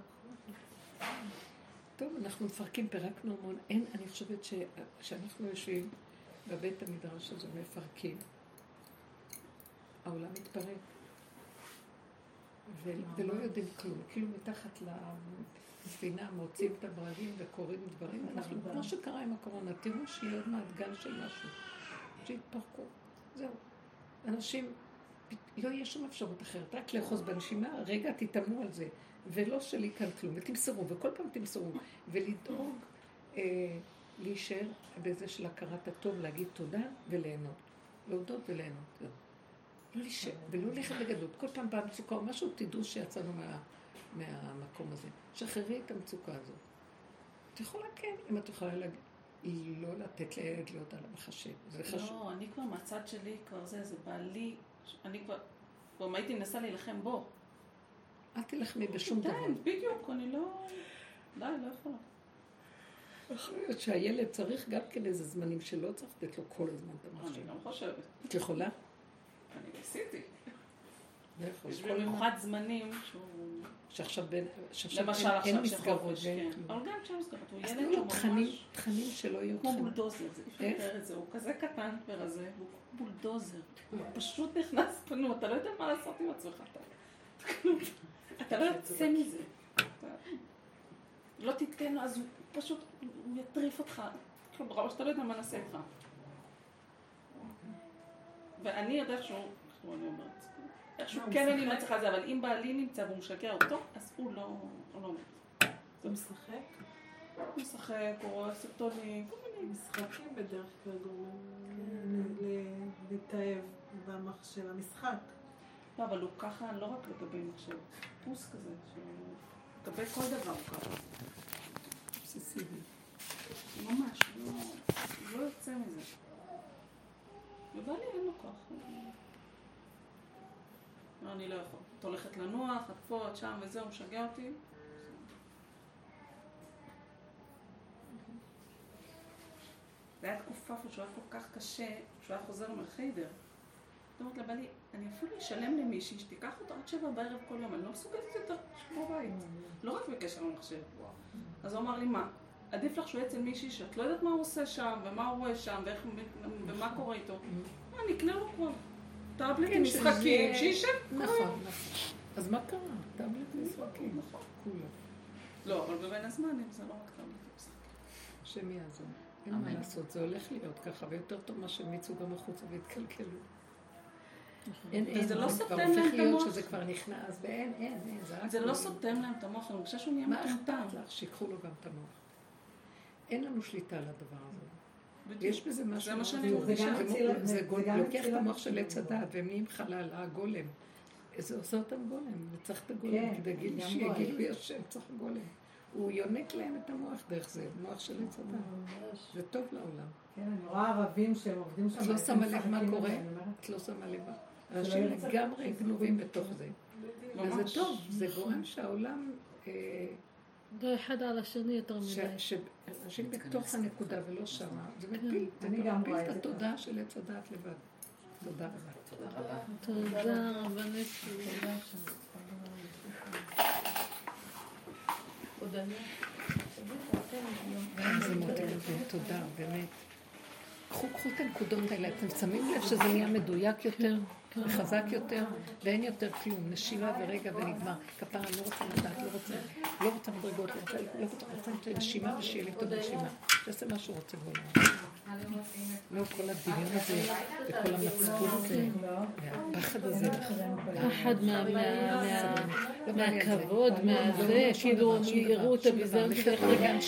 טוב, אנחנו מפרקים, פירקנו המון. אין, אני חושבת שאנחנו יושבים בבית המדרש הזה, מפרקים. העולם מתפרק. ולא יודעים כלום. כאילו מתחת לספינה מוצאים את הברגים וקוראים דברים. אנחנו, כמו שקרה עם הקורונה, תראו שיהיה עוד מעט גל של משהו. שהתפרקו. זהו. אנשים, לא יהיה שום אפשרות אחרת, רק לאחוז בנשימה, רגע תתאמו על זה. ולא שלי כאן כלום, ותמסרו, וכל פעם תמסרו, ולדאוג אה, להישאר בזה של הכרת הטוב, להגיד תודה וליהנות. להודות וליהנות. לא, לא להישאר, ולא ללכת בגדלות. כל פעם במצוקה או משהו, תדעו שיצאנו מה, מהמקום הזה. שחררי את המצוקה הזאת. את יכולה כן, אם את יכולה להגיד, לא לתת לילד להיות על המחשב. זה חשוב. לא, אני כבר מהצד שלי, כבר זה, זה בעלי, אני כבר, כבר הייתי מנסה להילחם בו. אל תלחמי בשום דבר. כן, בדיוק, אני לא... די, לא יכולה. יכול להיות שהילד צריך גם כן איזה זמנים שלא צריך לתת לו כל הזמן את המחשב. אני גם חושבת. את יכולה? אני ניסיתי. יש במיוחד זמנים שהוא... שעכשיו אין מסגרות ואין כלום. אבל גם כשאין מסגרות, הוא ילד שהוא ממש... תכנים שלא יהיו כמו בולדוזר, זה אפשר לתאר את זה, הוא כזה קטן ורזה, הוא בולדוזר. הוא פשוט נכנס פנו, אתה לא יודע מה לעשות עם עצמך. אתה לא יוצא מזה. לא תתקן לו, אז הוא פשוט, הוא יטריף אותך. כאילו ברמה שאתה לא יודע מה נעשה איתך. ואני יודע שהוא, כמו אני אומרת, איכשהו כן אני לא צריכה את זה, אבל אם בעלי נמצא והוא משקע אותו, אז הוא לא מת. הוא משחק? הוא משחק, הוא רואה סרטונים, כל מיני. משחקים בדרך כלל גורמים להתאהב במחשב, המשחק. לא, אבל הוא ככה לא רק לגבי מחשב, פוס כזה, לגבי כל דבר הוא ככה. אובססיבי. ממש, הוא לא יוצא מזה. ובעלי אין לו כוח. לא, אני לא יכול. את הולכת לנוח, את פה, את שם וזהו, משגע אותי. זה היה תקופה שהוא היה כל כך קשה, שהוא היה חוזר מהחיידר. זאת אומרת לבעלי, אני אפילו אשלם למישהי שתיקח אותו עד שבע בערב כל יום, אני לא מסוגלת יותר שבוע בית. לא רק בקשר למחשב. אז הוא אמר לי, מה? עדיף לך שהוא אצל מישהי שאת לא יודעת מה הוא עושה שם, ומה הוא רואה שם, ומה קורה איתו. אני אקנה לו כבר. טאבלט עם משחקים, שישב. נכון, נכון. אז מה קרה? טאבלט משחקים. נכון. כולה. לא, אבל בבין הזמנים זה לא רק טאבלט משחקים. שמי יעזור. אין מה לעשות, זה הולך להיות ככה, ויותר טוב מה שהם יצאו גם החוצה והתקלקלו. אין, אין, זה לא סותם להם את המוח. שזה כבר נכנס, ואין, אין, אין. זה לא סותם להם את המוח, אני חושב שהוא נהיה מטומטם. מה אכפת לך? שיקחו לו גם את המוח. אין לנו שליטה על הדבר הזה. יש בזה משהו. זה מה שאני מרגישה. זה לוקח את המוח של עץ הדעת, והם נהיים חלל, הגולם. זה עושה אותם גולם, וצריך את הגולם, כדי שיגילו יש צריך גולם. הוא יונק להם את המוח דרך זה, מוח של עץ הדעת. זה טוב לעולם. כן, אני רואה ערבים שהם עובדים שם. את לא שמה לב מה קורה? את לא שמה לב. אנשים לגמרי גנובים בתוך זה. וזה טוב, זה גורם שהעולם... זה אחד על השני יותר מדי. שאנשים בתוך הנקודה ולא שמה, זה מפיל, זה מפיל את התודעה של עץ הדעת לבד. תודה רבה. תודה רבה נפשי. זה מודל, תודה, באמת. קחו, קחו את הנקודות האלה, אתם שמים לב שזה נהיה מדויק יותר, וחזק יותר, ואין יותר כלום, נשימה ורגע ונגמר. כפרה, לא רוצה לדעת, לא רוצה, לא רוצה מדרגות, לא רוצה, לא רוצה, רוצה את הנשימה ושיהיה לי טוב נשימה. שעשה מה שהוא רוצה בעולם. לא כל הדמיון הזה, וכל המצפון הזה, והפחד הזה. פחד מהכבוד, מהזה, כאילו יראו את הביזר שלך.